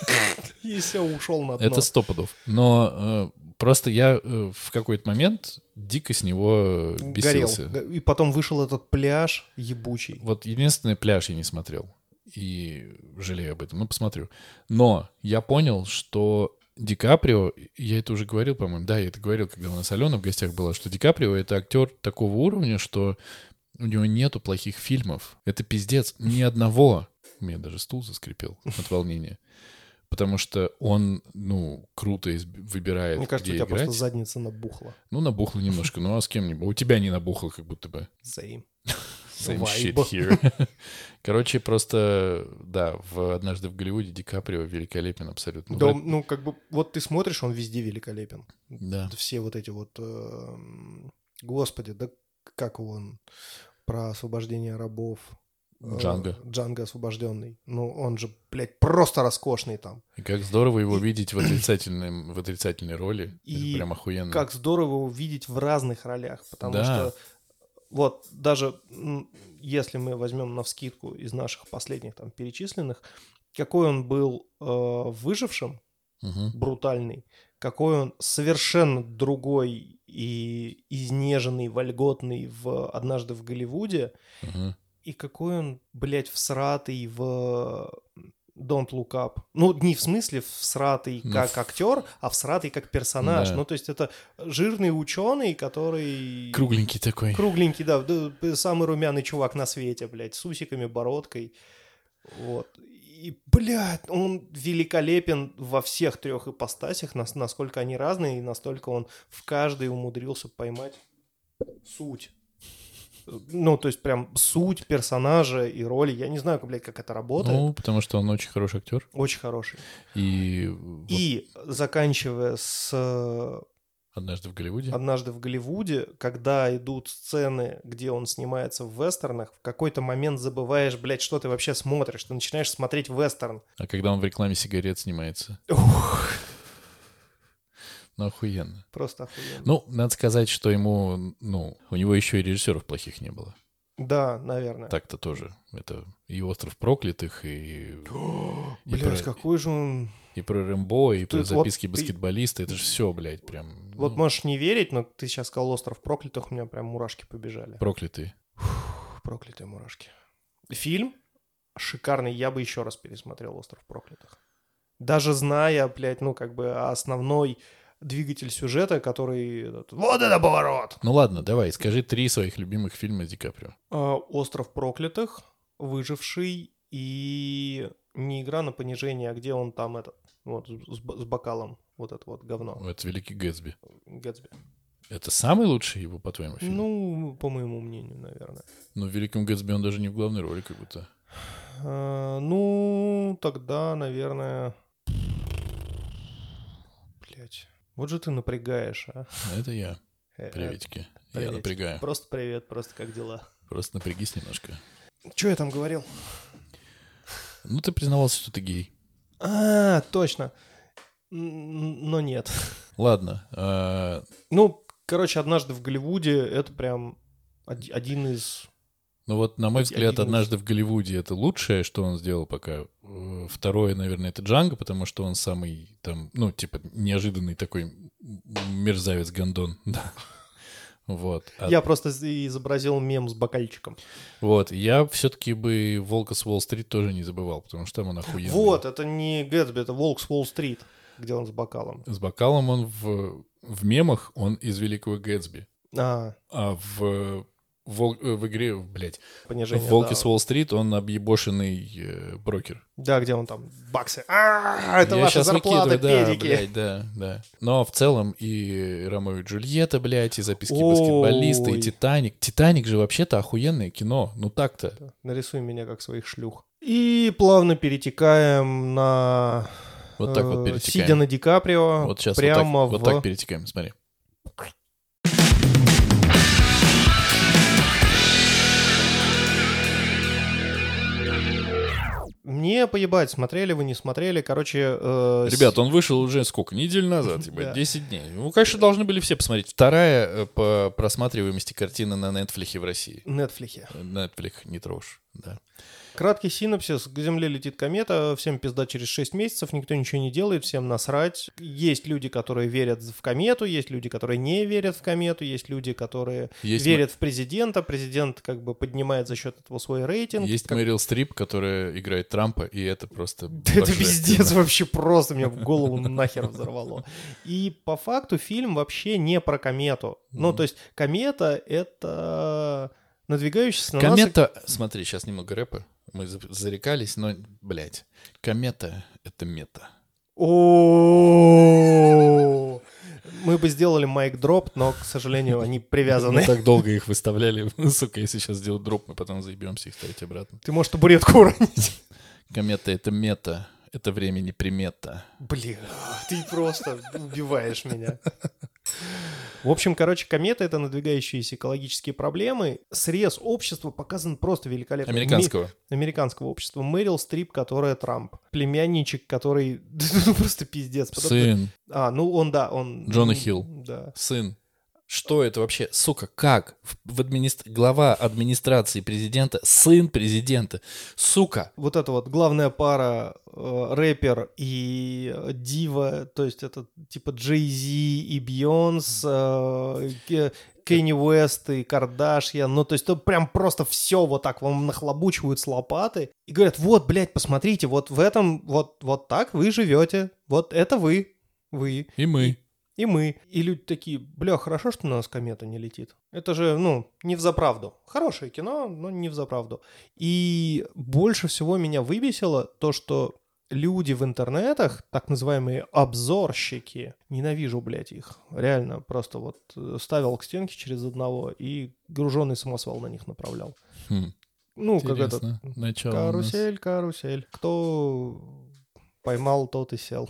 И все, ушел на дно. Это 100 пудов. Но просто я в какой-то момент дико с него бесился. Горел. И потом вышел этот пляж ебучий. Вот единственный пляж я не смотрел. И жалею об этом. Ну, посмотрю. Но я понял, что Ди Каприо, я это уже говорил, по-моему, да, я это говорил, когда у нас Алена в гостях была, что Ди Каприо — это актер такого уровня, что у него нету плохих фильмов. Это пиздец. Ни одного. У меня даже стул заскрипел от волнения. Потому что он, круто выбирает, мне кажется, где у тебя играть. просто задница набухла. Ну, набухла немножко, а с кем-нибудь. У тебя не набухло, как будто бы. Same shit here. Короче, просто, да, «Однажды в Голливуде» Ди Каприо великолепен абсолютно. Да, вот ты смотришь, он везде великолепен. Да. Все вот эти вот... Господи, да как он про освобождение рабов... Джанго освобожденный. Он же, блядь, просто роскошный там. И как здорово его видеть в отрицательной роли. И это прям охуенно. Как здорово его видеть в разных ролях. Потому что вот даже если мы возьмем навскидку из наших последних там перечисленных, какой он был выжившим, брутальный, какой он совершенно другой и изнеженный, вольготный в «Однажды в Голливуде», и какой он, блядь, всратый в Don't Look Up. Ну, не в смысле всратый как актер, а всратый как персонаж. Да. Ну, то есть это жирный ученый, который... Кругленький такой. Кругленький, да. Самый румяный чувак на свете, блядь, с усиками, бородкой. Вот. И, блядь, он великолепен во всех трех ипостасях, насколько они разные, и настолько он в каждой умудрился поймать суть. Ну, то есть прям суть персонажа и роли. Я не знаю, блядь, как это работает. Ну, потому что он очень хороший актер. Очень хороший. И заканчивая с... «Однажды в Голливуде». «Однажды в Голливуде», когда идут сцены, где он снимается в вестернах, в какой-то момент забываешь, блядь, что ты вообще смотришь. Ты начинаешь смотреть вестерн. А когда он в рекламе сигарет снимается? Ну, охуенно. Просто охуенно. Ну, надо сказать, что ему, у него еще и режиссеров плохих не было. Да, наверное. Так-то тоже. Это и «Остров проклятых», и... Блядь, какой же он... И про Рэмбо, и про «Записки вот баскетболиста». Это же все, блядь, прям... Вот можешь не верить, но ты сейчас сказал «Остров проклятых», у меня прям мурашки побежали. Проклятые. Проклятые мурашки. Фильм шикарный, я бы еще раз пересмотрел «Остров проклятых». Даже зная, блядь, основной двигатель сюжета, который... Вот это поворот! Ну ладно, давай, скажи 3 своих любимых фильма с Ди Каприо. «Остров проклятых», «Выживший» и «Не игра на понижение», а где он там с бокалом, вот это вот говно. Это «Великий Гэтсби». Гэтсби. Это самый лучший его, по-твоему, фильм? Ну, по моему мнению, наверное. Но в «Великом Гэтсби» он даже не в главной роли, как будто. Тогда, наверное... Блять. Вот же ты напрягаешь, а? Это я. Приветики. Я напрягаю. Просто привет, просто как дела? Просто напрягись немножко. Что я там говорил? Ну, ты признавался, что ты гей. Точно. Но нет. Ладно. «Однажды в Голливуде» — это прям один из... Ну вот, на мой взгляд, «Однажды в Голливуде» — это лучшее, что он сделал пока. Второе, наверное, это «Джанго», потому что он самый там, неожиданный такой мерзавец-гондон. Да. Вот. Я просто изобразил мем с бокальчиком. Вот. Я все-таки бы «Волка с Уолл-стрит» тоже не забывал, потому что там он охуенный. Вот, это не Гэтсби, это «Волк с Уолл-стрит», где он с бокалом. С бокалом он в мемах, он из «Великого Гэтсби». А в игре, блядь, в «Волке с Уолл-стрит» он объебошенный брокер. Да, где он там баксы. Это ваша зарплата, педики. Блядь, да. Но в целом и «Ромео и Джульетта», блядь, и «Записки баскетболиста», и «Титаник». «Титаник» же вообще-то охуенное кино. Ну так-то. Нарисуй меня как своих шлюх. И плавно перетекаем на... Вот так вот перетекаем. Сидя на Ди Каприо. Вот сейчас прямо вот так перетекаем, смотри. мне поебать, смотрели вы, не смотрели. Короче... Ребят, он вышел уже сколько? Неделю назад, ебать, 10 дней. Ну, конечно, должны были все посмотреть. Вторая по просматриваемости картина на Netflix в России. Netflix, не трожь, да. Краткий синопсис. К Земле летит комета, всем пизда через 6 месяцев, никто ничего не делает, всем насрать. Есть люди, которые верят в комету, есть люди, которые не верят в комету, есть люди, которые верят в президента. Президент как бы поднимает за счет этого свой рейтинг. Есть Мэрил Стрип, которая играет Трампа, и это просто... Это пиздец вообще просто, меня в голову нахер взорвало. И по факту фильм вообще не про комету. Ну, то есть комета — это надвигающаяся на нас... Комета... Смотри, сейчас немного рэпа. Мы зарекались, но, блядь, комета — это мета. О, мы бы сделали майк-дроп, но, к сожалению, они привязаны. Мы так долго их выставляли. Сука, если сейчас сделать дроп, мы потом заебемся их ставить обратно. Ты можешь табуретку уронить. Комета — это мета. Это время не примета. Бля, ты просто убиваешь меня. В общем, короче, комета — это надвигающиеся экологические проблемы. Срез общества показан просто великолепно. Американского общества. Мэрил Стрип, которая Трамп. Племянничек, который... Ну, просто пиздец. Сын. Он... Джона Хилл. Да. Сын. Что это вообще? Сука, как? Глава администрации президента, сын президента. Сука. Вот это вот главная пара рэпер и дива, то есть это типа Джей-Зи и Бейонс, Кенни Уэст и Кардашьян. Ну, то есть то прям просто все вот так вам нахлобучивают с лопаты и говорят: вот, блядь, посмотрите, вот в этом, вот так вы живете, вот это вы. И мы. И мы. И люди такие: бля, хорошо, что на нас комета не летит. Это же, не взаправду. Хорошее кино, но не взаправду. И больше всего меня выбесило то, что люди в интернетах, так называемые обзорщики, ненавижу, блядь, их. Реально, просто вот ставил к стенке через одного и груженный самосвал на них направлял. Как этот... Карусель. Кто поймал, тот и сел.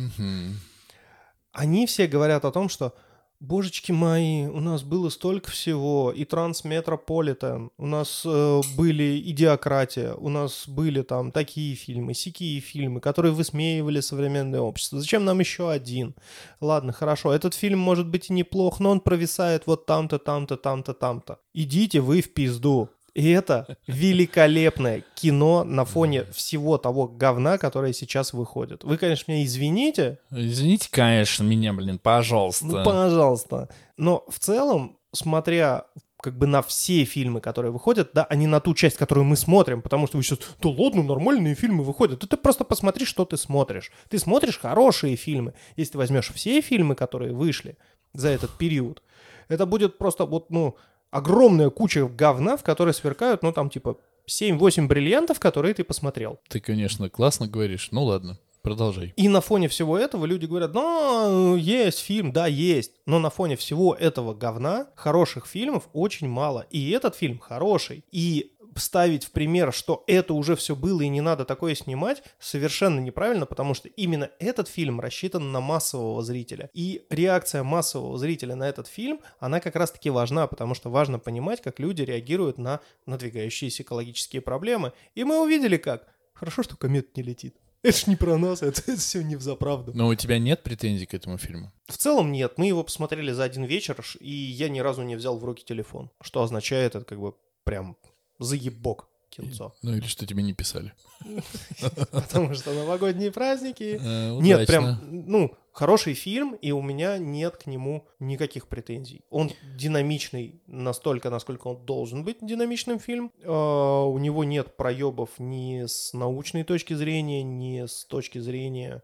Они все говорят о том, что, божечки мои, у нас было столько всего, и Трансметрополитен, у нас были Идиократия, у нас были там такие фильмы, сякие фильмы, которые высмеивали современное общество. Зачем нам еще один? Ладно, хорошо, этот фильм может быть и неплох, но он провисает вот там-то, там-то, там-то, там-то. Идите вы в пизду. И это великолепное кино на фоне всего того говна, которое сейчас выходит. Вы, конечно, меня извините. Извините, конечно, меня, пожалуйста. Ну, пожалуйста. Но в целом, смотря как бы на все фильмы, которые выходят, да, а не на ту часть, которую мы смотрим, потому что вы сейчас: да ладно, нормальные фильмы выходят. Ты просто посмотри, что ты смотришь. Ты смотришь хорошие фильмы. Если ты возьмешь все фильмы, которые вышли за этот период, это будет просто огромная куча говна, в которой сверкают, 7-8 бриллиантов, которые ты посмотрел. Ты, конечно, классно говоришь. Ну ладно, продолжай. И на фоне всего этого люди говорят: есть фильм, да, есть. Но на фоне всего этого говна хороших фильмов очень мало. И этот фильм хороший. И ставить в пример, что это уже все было и не надо такое снимать, совершенно неправильно, потому что именно этот фильм рассчитан на массового зрителя. И реакция массового зрителя на этот фильм, она как раз-таки важна, потому что важно понимать, как люди реагируют на надвигающиеся экологические проблемы. И мы увидели как. Хорошо, что комета не летит. Это ж не про нас, это все не взаправду. Но у тебя нет претензий к этому фильму? В целом нет. Мы его посмотрели за один вечер, и я ни разу не взял в руки телефон. Что означает, это как бы прям... заебок кинцо. Или что тебе не писали. Потому что новогодние праздники. Нет, прям, хороший фильм, и у меня нет к нему никаких претензий. Он динамичный настолько, насколько он должен быть динамичным фильм. У него нет проебов ни с научной точки зрения, ни с точки зрения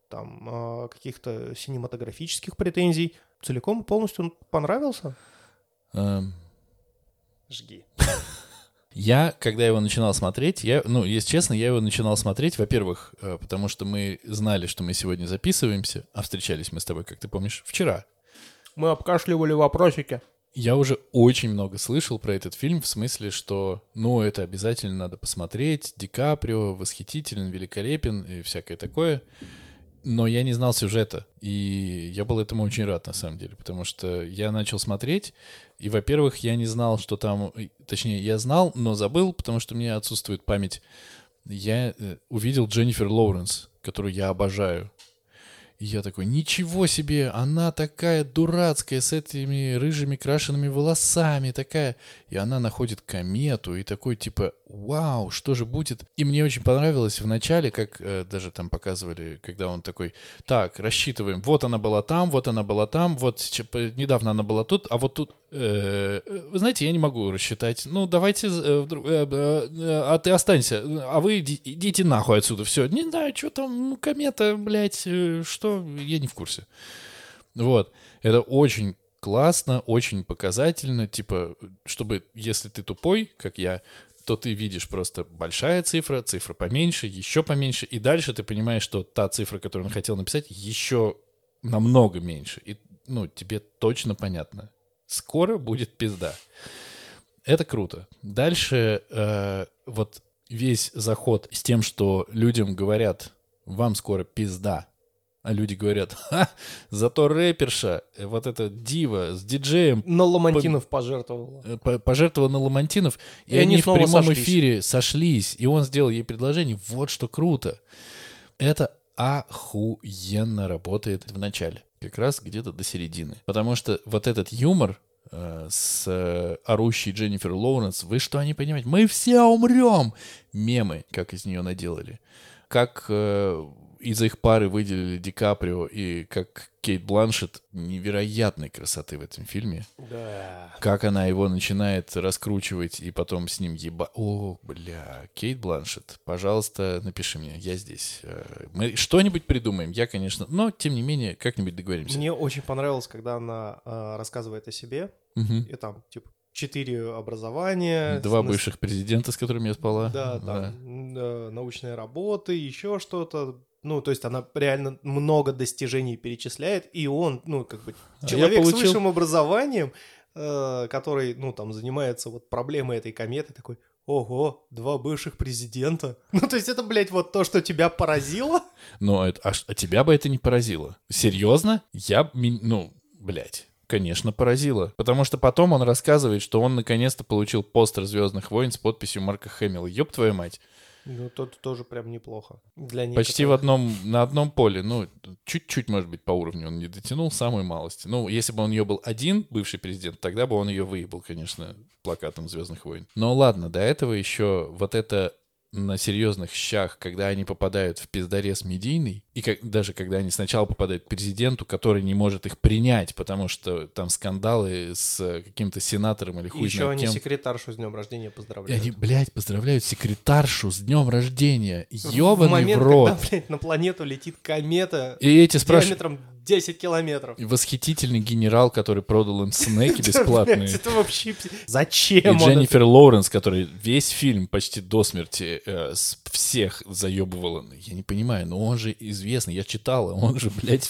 каких-то синематографических претензий. Целиком и полностью он понравился? Жги. Я, когда его начинал смотреть, если честно, я его начинал смотреть, во-первых, потому что мы знали, что мы сегодня записываемся, а встречались мы с тобой, как ты помнишь, вчера. Мы обкашливали вопросики. Я уже очень много слышал про этот фильм, в смысле, что, это обязательно надо посмотреть, Ди Каприо восхитителен, великолепен и всякое такое. Но я не знал сюжета, и я был этому очень рад, на самом деле, потому что я начал смотреть, и, во-первых, я не знал, что там... Точнее, я знал, но забыл, потому что у меня отсутствует память я увидел Дженнифер Лоуренс, которую я обожаю. И я такой, ничего себе, она такая дурацкая, с этими рыжими крашенными волосами, такая. И она находит комету, и такой, типа, вау, что же будет? И мне очень понравилось в начале, как даже там показывали, когда он такой, так, рассчитываем, вот она была там, вот недавно она была тут, а вот тут, вы знаете, я не могу рассчитать. Ну, давайте, а ты останься, а вы идите нахуй отсюда, все. Не знаю, что там, ну, комета, блядь, что, я не в курсе. Вот, это очень классно, очень показательно, типа, чтобы, если ты тупой, как я, то ты видишь просто большая цифра, цифра поменьше, еще поменьше, и дальше ты понимаешь, что та цифра, которую он хотел написать, еще намного меньше. И, ну, тебе точно понятно. Скоро будет пизда. Это круто. Дальше вот весь заход с тем, что людям говорят, вам скоро пизда, а люди говорят, ха, зато рэперша, вот эта дива с диджеем На ламантинов пожертвовала. Пожертвовала на ламантинов, и они в прямом эфире сошлись, и он сделал ей предложение. Вот что круто. Это охуенно работает в начале. Как раз где-то до середины. Потому что вот этот юмор с орущей Дженнифер Лоуренс, вы что не понимаете? Мы все умрем! Мемы, как из нее наделали. Как из их пары выделили Ди Каприо и как Кейт Бланшетт невероятной красоты в этом фильме. Да. Как она его начинает раскручивать и потом с ним О, бля, Кейт Бланшетт, пожалуйста, напиши мне, я здесь. Мы что-нибудь придумаем, я, конечно, но, тем не менее, как-нибудь договоримся. Мне очень понравилось, когда она рассказывает о себе, и там, типа, 4 образования. 2 бывших президента, с которыми я спала. Да, там научные работы, еще что-то. Ну, то есть она реально много достижений перечисляет, и он, ну, как бы, человек с высшим образованием, который, ну, там, занимается вот проблемой этой кометы, такой, ого, 2 бывших президента. Ну, то есть это, блядь, вот то, что тебя поразило? Но а тебя бы это не поразило? Серьезно? Блядь. Конечно, поразило. Потому что потом он рассказывает, что он наконец-то получил постер «Звездных войн» с подписью Марка Хэмилла. Ёб твою мать. Ну, тут тоже прям неплохо. Для почти на одном поле. Ну, чуть-чуть, может быть, по уровню он не дотянул, самой малости. Ну, если бы он ее был один, бывший президент, тогда бы он ее выебал, конечно, плакатом «Звездных войн». Но ладно, до этого еще вот это на серьезных щах, когда они попадают в пиздорез медийный, и даже когда они сначала попадают к президенту, который не может их принять, потому что там скандалы с каким-то сенатором или хуй знает кем. Еще они секретаршу с днем рождения поздравляют. И они, блядь, поздравляют секретаршу с днем рождения. Ёбаный момент, в рот. когда, блядь, на планету летит комета и эти диаметром 10 километров. И восхитительный генерал, который продал им снеки бесплатные. Это вообще... Зачем? И Дженнифер Лоуренс, которая весь фильм почти до смерти всех заебывала. Я не понимаю, но он же известный, я читала, он же, блядь,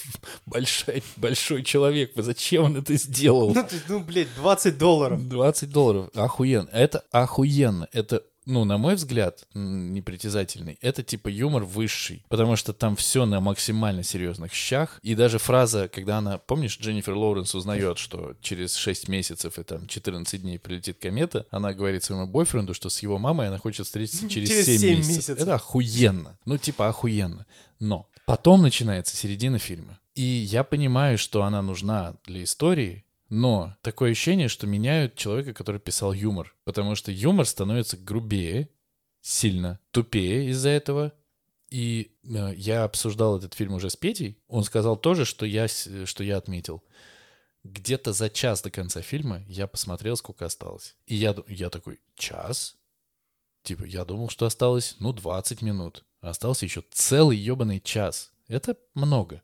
большой человек. Зачем он это сделал? Ну, блядь, $20. $20. Охуенно. Это охуенно. Это, ну, на мой взгляд, непритязательный, это типа юмор высший, потому что там все на максимально серьезных щах, и даже фраза, когда она, помнишь, Дженнифер Лоуренс узнает, что через 6 месяцев и там 14 дней прилетит комета, она говорит своему бойфренду, что с его мамой она хочет встретиться через 7 месяцев. Это охуенно, ну типа охуенно, но потом начинается середина фильма, и я понимаю, что она нужна для истории. Но такое ощущение, что меняют человека, который писал юмор. Потому что юмор становится грубее, сильно тупее из-за этого. И я обсуждал этот фильм уже с Петей. Он сказал тоже, что я отметил. Где-то за час до конца фильма я посмотрел, сколько осталось. И я такой, час? Типа, я думал, что осталось, 20 минут. А остался еще целый ебаный час. Это много.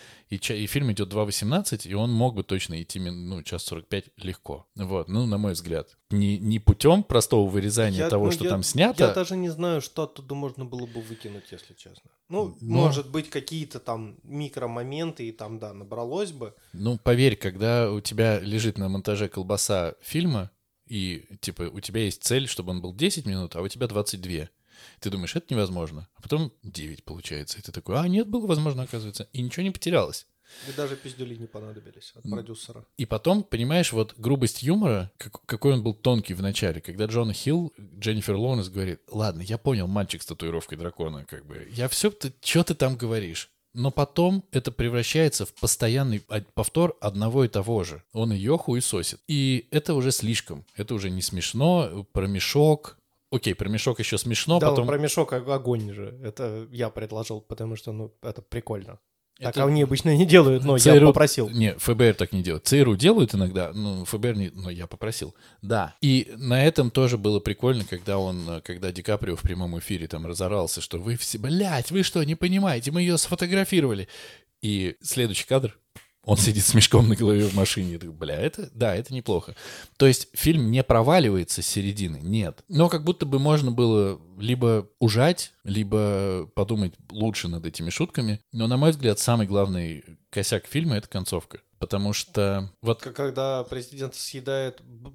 И фильм идет 2:18, и он мог бы точно идти, час 45 легко. Вот, на мой взгляд. Не путем простого вырезания того, что там снято. Я даже не знаю, что оттуда можно было бы выкинуть, если честно. Может быть, какие-то там микромоменты, и там, да, набралось бы. Поверь, когда у тебя лежит на монтаже колбаса фильма, и, типа, у тебя есть цель, чтобы он был 10 минут, а у тебя 22. Ты думаешь, это невозможно. А потом 9 получается. И ты такой, нет, было возможно, оказывается. И ничего не потерялось. И даже пиздюли не понадобились от продюсера. И потом, понимаешь, вот грубость юмора, какой он был тонкий в начале, когда Джона Хилл, Дженнифер Лоуренс говорит: ладно, я понял, мальчик с татуировкой дракона, как бы, я все, что ты там говоришь? Но потом это превращается в постоянный повтор одного и того же. Он ее хуесосит. И это уже слишком. Это уже не смешно. Про мешок. Окей, про мешок еще смешно. Да, потом... про мешок огонь же. Это я предложил, потому что, ну, это прикольно. Так Это... они обычно не делают, но ЦРУ... я попросил. Не, ФБР так не делает. ЦРУ делают иногда, но ФБР не... Но я попросил. Да. И на этом тоже было прикольно, когда Ди Каприо в прямом эфире там разорался, что вы все, блядь, вы что, не понимаете, мы ее сфотографировали. И следующий кадр. Он сидит с мешком на голове в машине. Я такой, бля, это неплохо. То есть фильм не проваливается с середины, нет. Но как будто бы можно было либо ужать, либо подумать лучше над этими шутками. Но, на мой взгляд, самый главный косяк фильма — это концовка. Потому что... вот Когда президента съедает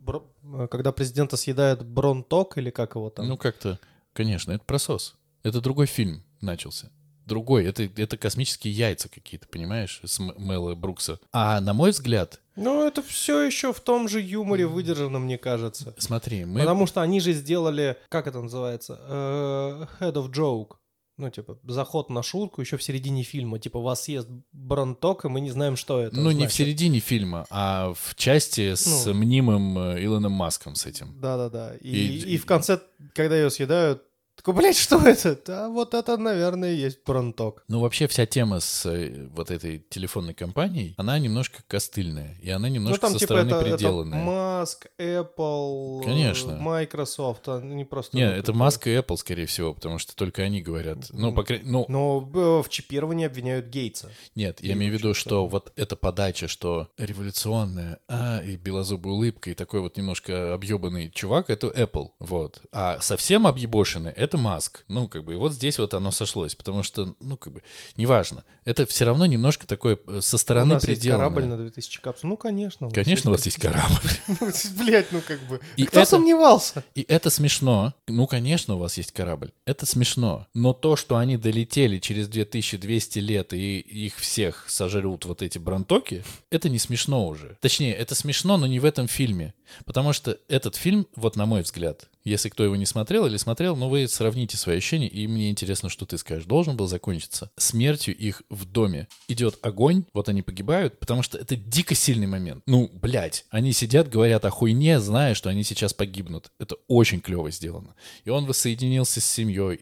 Бронток, или как его там? Ну, как-то, конечно, это просос. Это другой фильм начался. Другой. Это космические яйца какие-то, понимаешь, с Мэла Брукса. А на мой взгляд... Ну, это все еще в том же юморе выдержано, мне кажется. Смотри, Потому что они же сделали, как это называется, head of joke. Ну, типа, заход на шутку еще в середине фильма. Типа, вас съест Бронток, и мы не знаем, что это Ну, значит. не в середине фильма, а в части с мнимым Илоном Маском с этим. Да-да-да. И в конце, когда ее съедают, такой, блядь, что это? Да, вот это, наверное, и есть Бронток. Ну, вообще вся тема с вот этой телефонной компанией, она немножко костыльная, и она немножко со стороны приделанная. Это Маск, Apple, Конечно. Microsoft, не просто... Не, это Маск и Apple, скорее всего, потому что только они говорят. Ну, Но в чипировании обвиняют Гейтса. Нет, я имею в виду, что вот эта подача, что революционная, и белозубая улыбка, и такой вот немножко объебанный чувак, это Apple, вот. А совсем объебошенный — это Маск. Ну, как бы, и вот здесь вот оно сошлось, потому что, ну, как бы, неважно. Это все равно немножко такое со стороны приделанное. У нас есть корабль на 2000 капсул. Ну, конечно. Конечно, у вас есть корабль. Блять, ну, как бы, кто сомневался? И это смешно. Ну, конечно, у вас есть корабль. Это смешно. Но то, что они долетели через 2200 лет и их всех сожрут вот эти бронтоки, это не смешно уже. Точнее, это смешно, но не в этом фильме. Потому что этот фильм, вот на мой взгляд, если кто его не смотрел или смотрел, ну вы сравните свои ощущения, и мне интересно, что ты скажешь. Должен был закончиться смертью их в доме. Идет огонь, вот они погибают, потому что это дико сильный момент. Ну, блядь, они сидят, говорят о хуйне, зная, что они сейчас погибнут. Это очень клево сделано. И он воссоединился с семьей,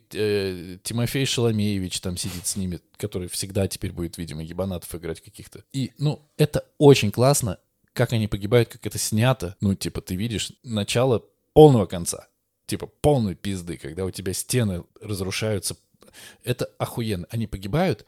и Тимофей Шаламеевич там сидит с ними, который всегда теперь будет, видимо, ебанатов играть каких-то. И, ну, это очень классно, как они погибают, как это снято. Ну, типа, ты видишь начало полного конца. Типа полной пизды, когда у тебя стены разрушаются. Это охуенно. Они погибают.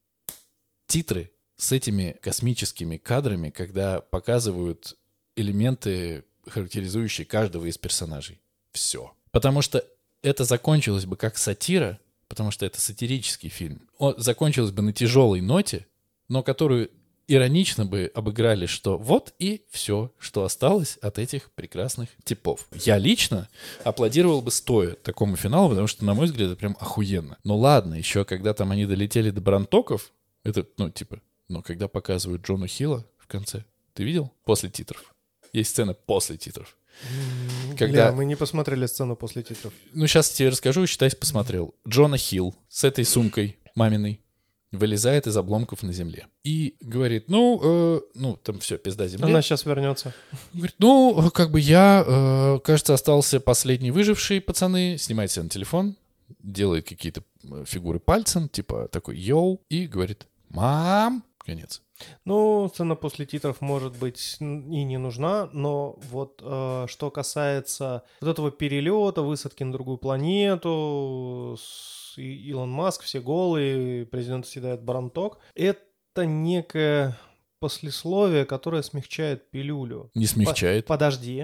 Титры с этими космическими кадрами, когда показывают элементы, характеризующие каждого из персонажей. Все. Потому что это закончилось бы как сатира, потому что это сатирический фильм. Он закончилось бы на тяжелой ноте, но которую иронично бы обыграли, что вот и все, что осталось от этих прекрасных типов. Я лично аплодировал бы стоя такому финалу, потому что, на мой взгляд, это прям охуенно. Но ладно, еще когда там они долетели до Бронтоков, это, ну, типа, но когда показывают Джона Хилла в конце, ты видел? После титров. Есть сцена после титров. Когда... мы не посмотрели сцену после титров. Ну, сейчас тебе расскажу, считай, посмотрел. Джона Хилл с этой сумкой маминой вылезает из обломков на земле и говорит, ну, там все, пизда земля. Она сейчас вернется. Говорит, ну, как бы я, кажется, остался последний выживший, пацаны, снимает себя на телефон, делает какие-то фигуры пальцем, типа такой йоу, и говорит, мам, конец. Ну, сцена после титров, может быть, и не нужна, но вот что касается вот этого перелета, высадки на другую планету, Илон Маск, все голые, президент съедает Бронток, это некое послесловие, которое смягчает пилюлю. Не смягчает. Подожди.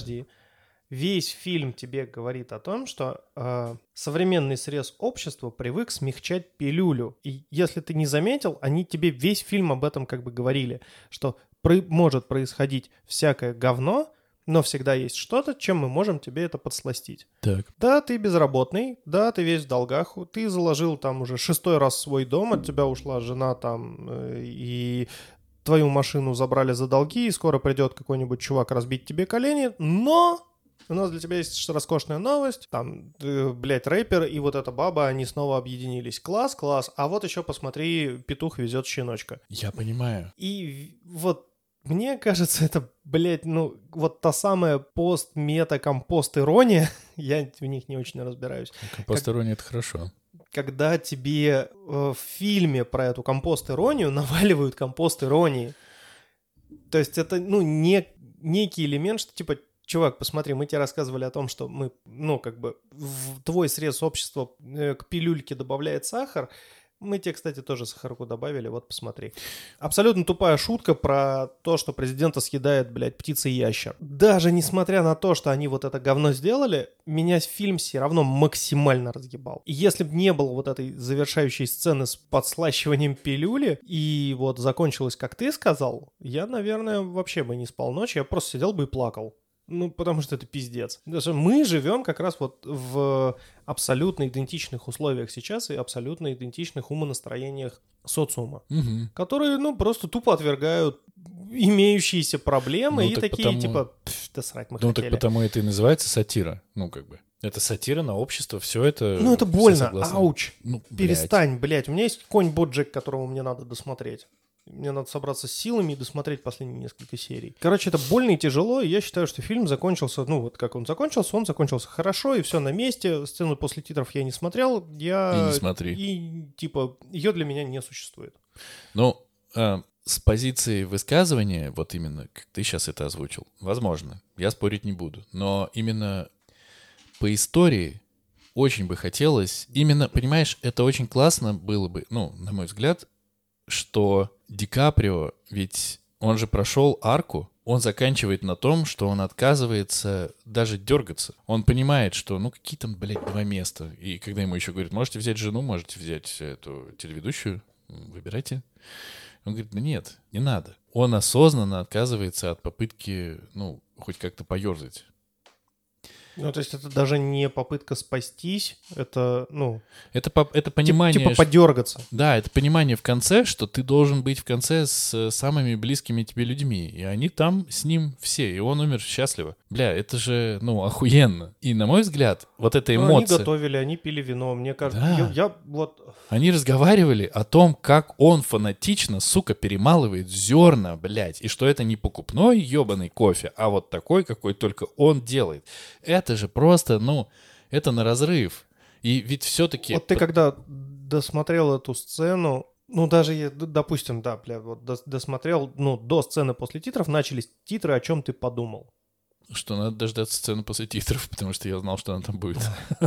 Весь фильм тебе говорит о том, что современный срез общества привык смягчать пилюлю. И если ты не заметил, они тебе весь фильм об этом как бы говорили, что может происходить всякое говно, но всегда есть что-то, чем мы можем тебе это подсластить. Так. Да, ты безработный, да, ты весь в долгах, ты заложил там уже 6-й раз свой дом, от тебя ушла жена там, и твою машину забрали за долги, и скоро придет какой-нибудь чувак разбить тебе колени, но у нас для тебя есть роскошная новость, там, блядь, рэпер и вот эта баба, они снова объединились. Класс, класс, а вот еще посмотри, петух везет щеночка. Я понимаю. И вот мне кажется, это, блядь, ну, вот та самая пост-мета-компост-ирония, я в них не очень разбираюсь. Компост-ирония — это хорошо. Когда тебе в фильме про эту компост-иронию наваливают компост-иронии. То есть это, ну, некий элемент, что типа, чувак, посмотри, мы тебе рассказывали о том, что мы, ну, как бы, в твой срез общества к пилюльке добавляет сахар. Мы тебе, кстати, тоже сахарку добавили, вот посмотри. Абсолютно тупая шутка про то, что президента съедает, блядь, птица-ящер. Даже несмотря на то, что они вот это говно сделали, меня фильм все равно максимально разъебал. И если бы не было вот этой завершающей сцены с подслащиванием пилюли, и вот закончилось, как ты сказал, я, наверное, вообще бы не спал ночь, я просто сидел бы и плакал. Ну, потому что это пиздец. Даже мы живем как раз вот в абсолютно идентичных условиях сейчас и абсолютно идентичных умонастроениях социума, которые, ну, просто тупо отвергают имеющиеся проблемы, ну, и такие, потому... типа, да срать мы ну, хотели. так потому это и называется сатира, ну, как бы. Это сатира на общество, все это... Ну, это больно, ауч. Ну, перестань, блядь. У меня есть конь Боджек, которому мне надо досмотреть. Мне надо собраться с силами и досмотреть последние несколько серий. Короче, это больно и тяжело, и я считаю, что фильм закончился, ну вот как он закончился хорошо, и все на месте. Сцену после титров я не смотрел, И не смотри. И, типа, ее для меня не существует. Ну, с позиции высказывания, вот именно, как ты сейчас это озвучил, возможно, я спорить не буду, но именно по истории очень бы хотелось, именно, понимаешь, это очень классно было бы, ну, на мой взгляд, что Ди Каприо, ведь он же прошел арку, он заканчивает на том, что он отказывается даже дергаться. Он понимает, что, ну, какие там, блядь, 2 места. И когда ему еще говорят, можете взять жену, можете взять эту телеведущую, выбирайте. Он говорит, да нет, не надо. Он осознанно отказывается от попытки, ну, хоть как-то поерзать. Ну, то есть это даже не попытка спастись, это, ну... Это понимание... Типа подергаться. Да, это понимание в конце, что ты должен быть в конце с самыми близкими тебе людьми. И они там с ним все, и он умер счастливо. Бля, это же, ну, охуенно. И, на мой взгляд, вот эта эмоция... Они готовили, они пили вино, мне кажется... Да. Я вот... Они разговаривали о том, как он фанатично, сука, перемалывает зерна, блядь, и что это не покупной ебаный кофе, а вот такой, какой только он делает. Это же просто, ну, это на разрыв. И ведь все-таки... Вот ты когда досмотрел эту сцену, ну, даже, допустим, да, бля, вот досмотрел, ну, до сцены после титров, начались титры, о чем ты подумал? Что надо дождаться сцены после титров, потому что я знал, что она там будет.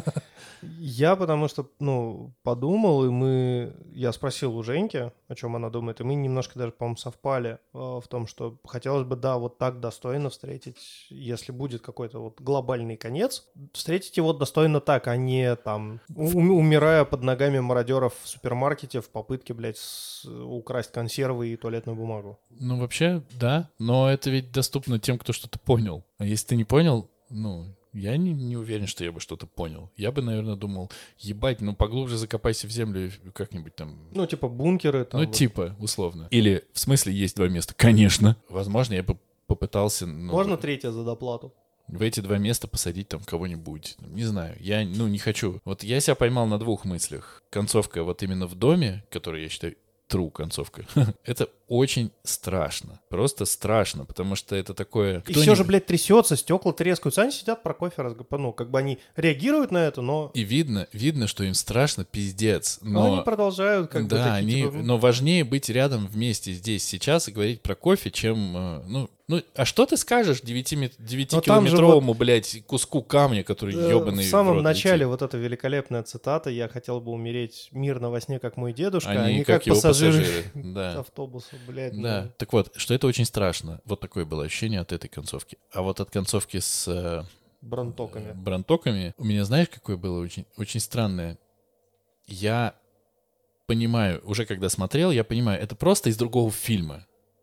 Я потому что, ну, подумал, и я спросил у Женьки, о чем она думает, и мы немножко даже, по-моему, совпали в том, что хотелось бы, да, вот так достойно встретить, если будет какой-то вот глобальный конец, встретить его достойно так, а не там, умирая под ногами мародеров в супермаркете в попытке, блядь, украсть консервы и туалетную бумагу. Ну, вообще, да, но это ведь доступно тем, кто что-то понял. А если ты не понял, ну... Я не уверен, что я бы что-то понял. Я бы, наверное, думал, ебать, ну поглубже закопайся в землю как-нибудь там. Ну, типа бункеры там. Ну, вот. Типа, условно. Или, в смысле, есть 2 места? Конечно. Возможно, я бы попытался... Ну, можно 3-е за доплату? В эти 2 места посадить там кого-нибудь. Не знаю, я, ну, не хочу. Вот я себя поймал на 2 мыслях. Концовка вот именно в доме, которую я считаю true концовка. Это очень страшно. Просто страшно, потому что это такое... И все же, блядь, трясется, стекла трескаются. Они сидят про кофе, ну, как бы они реагируют на это, но... И видно, что им страшно, пиздец. Но они продолжают как да, бы... Да, они... типа... Но важнее быть рядом вместе здесь, сейчас и говорить про кофе, чем... Ну, а что ты скажешь 9-километровому, вот, блядь, куску камня, который ебаный в самом в рот начале летит? вот эта великолепная цитата: «Я хотел бы умереть мирно во сне, как мой дедушка, а не как его пассажиры да. автобуса, блядь». Да, ну. Так вот, что это очень страшно. Вот такое было ощущение от этой концовки. А вот от концовки с... Брантоками у меня, знаешь, какое было очень, очень странное? Я понимаю, уже когда смотрел, я понимаю, это просто из другого фильма.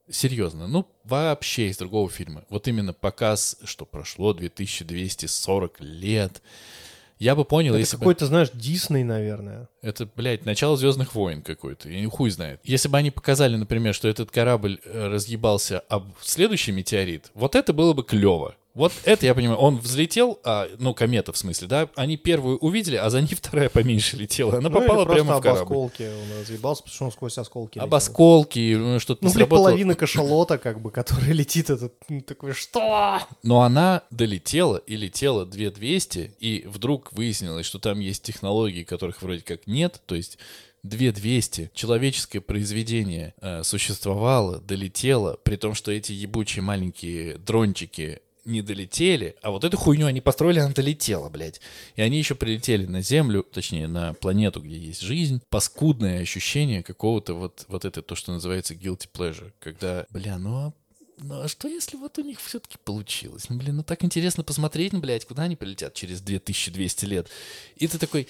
Серьезно, ну вообще из другого фильма. Вот именно показ, что прошло 2240 лет. Я бы понял, Это если бы... какой-то, знаешь, Дисней, наверное. Это, блядь, начало «Звездных войн» какой-то. Я хуй знает. Если бы они показали, например, что этот корабль разъебался об следующий метеорит, вот это было бы клево. Вот это я понимаю. Он взлетел, ну, комета в смысле, да? Они первую увидели, а за ней вторая поменьше летела. Она попала или прямо в просто об корабль. осколки он разъебался, потому что он сквозь осколки Об летел. осколки, что-то не Ну, блин, сработало. половина кашалота, как бы, который летит, этот такой, что? Но она долетела и летела 2200, и вдруг выяснилось, что там есть технологии, которых вроде как нет, то есть 2200 человеческое произведение существовало, долетело, при том, что эти ебучие маленькие дрончики не долетели, а вот эту хуйню они построили, она долетела, блядь. И они еще прилетели на Землю, точнее, на планету, где есть жизнь. Паскудное ощущение какого-то вот это то, что называется guilty pleasure, когда, ну а что если вот у них все-таки получилось? Ну так интересно посмотреть, блядь, куда они полетят через 2200 лет. И ты такой...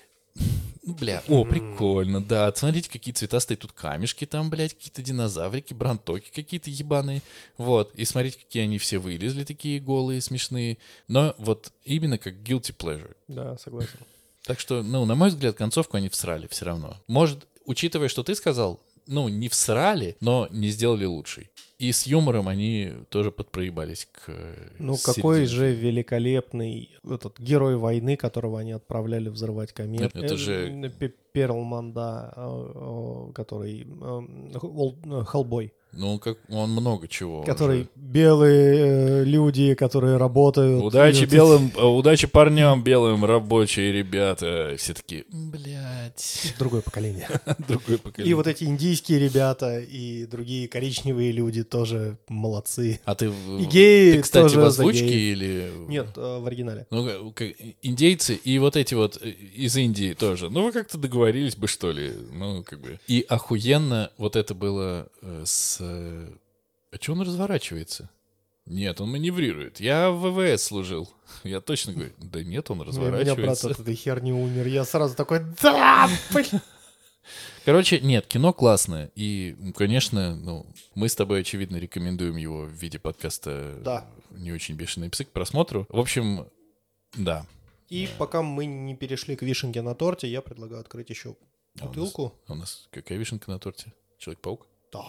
прикольно, да. Смотрите, какие цветастые тут камешки там, блядь, какие-то динозаврики, бронтоки какие-то ебаные. Вот. И смотрите, какие они все вылезли, такие голые, смешные. Но вот именно как guilty pleasure. Да, согласен. Так что, на мой взгляд, концовку они всрали все равно. Может, учитывая, что ты сказал, не всрали, но не сделали лучшей. И с юмором они тоже подпроебались к какой середине. же великолепный этот герой войны, которого они отправляли взрывать комет. Это же... Перлман, да, который... Хеллбой. Он много чего. Который белые люди, которые работают. Удачи парням белым, рабочие ребята. Все такие, блядь. Другое поколение. Другое поколение. И вот эти индийские ребята и другие коричневые люди тоже молодцы. А ты, и геи ты, кстати, тоже в озвучке за или... Нет, в оригинале. Индейцы и вот эти вот из Индии тоже. Вы как-то договорились бы, что ли? И охуенно вот это было с... А что он разворачивается? Нет, он маневрирует. Я в ВВС служил. Я точно говорю, да нет, он разворачивается. У меня брат от этой херни умер. Я сразу такой, да, блин. Короче, нет, кино классное. И, конечно, мы с тобой, очевидно, рекомендуем его в виде подкаста Да. «Не очень бешеные псы» к просмотру. В общем, да. И пока мы не перешли к вишенке на торте, я предлагаю открыть еще бутылку. У нас какая вишенка на торте? Человек-паук? Да.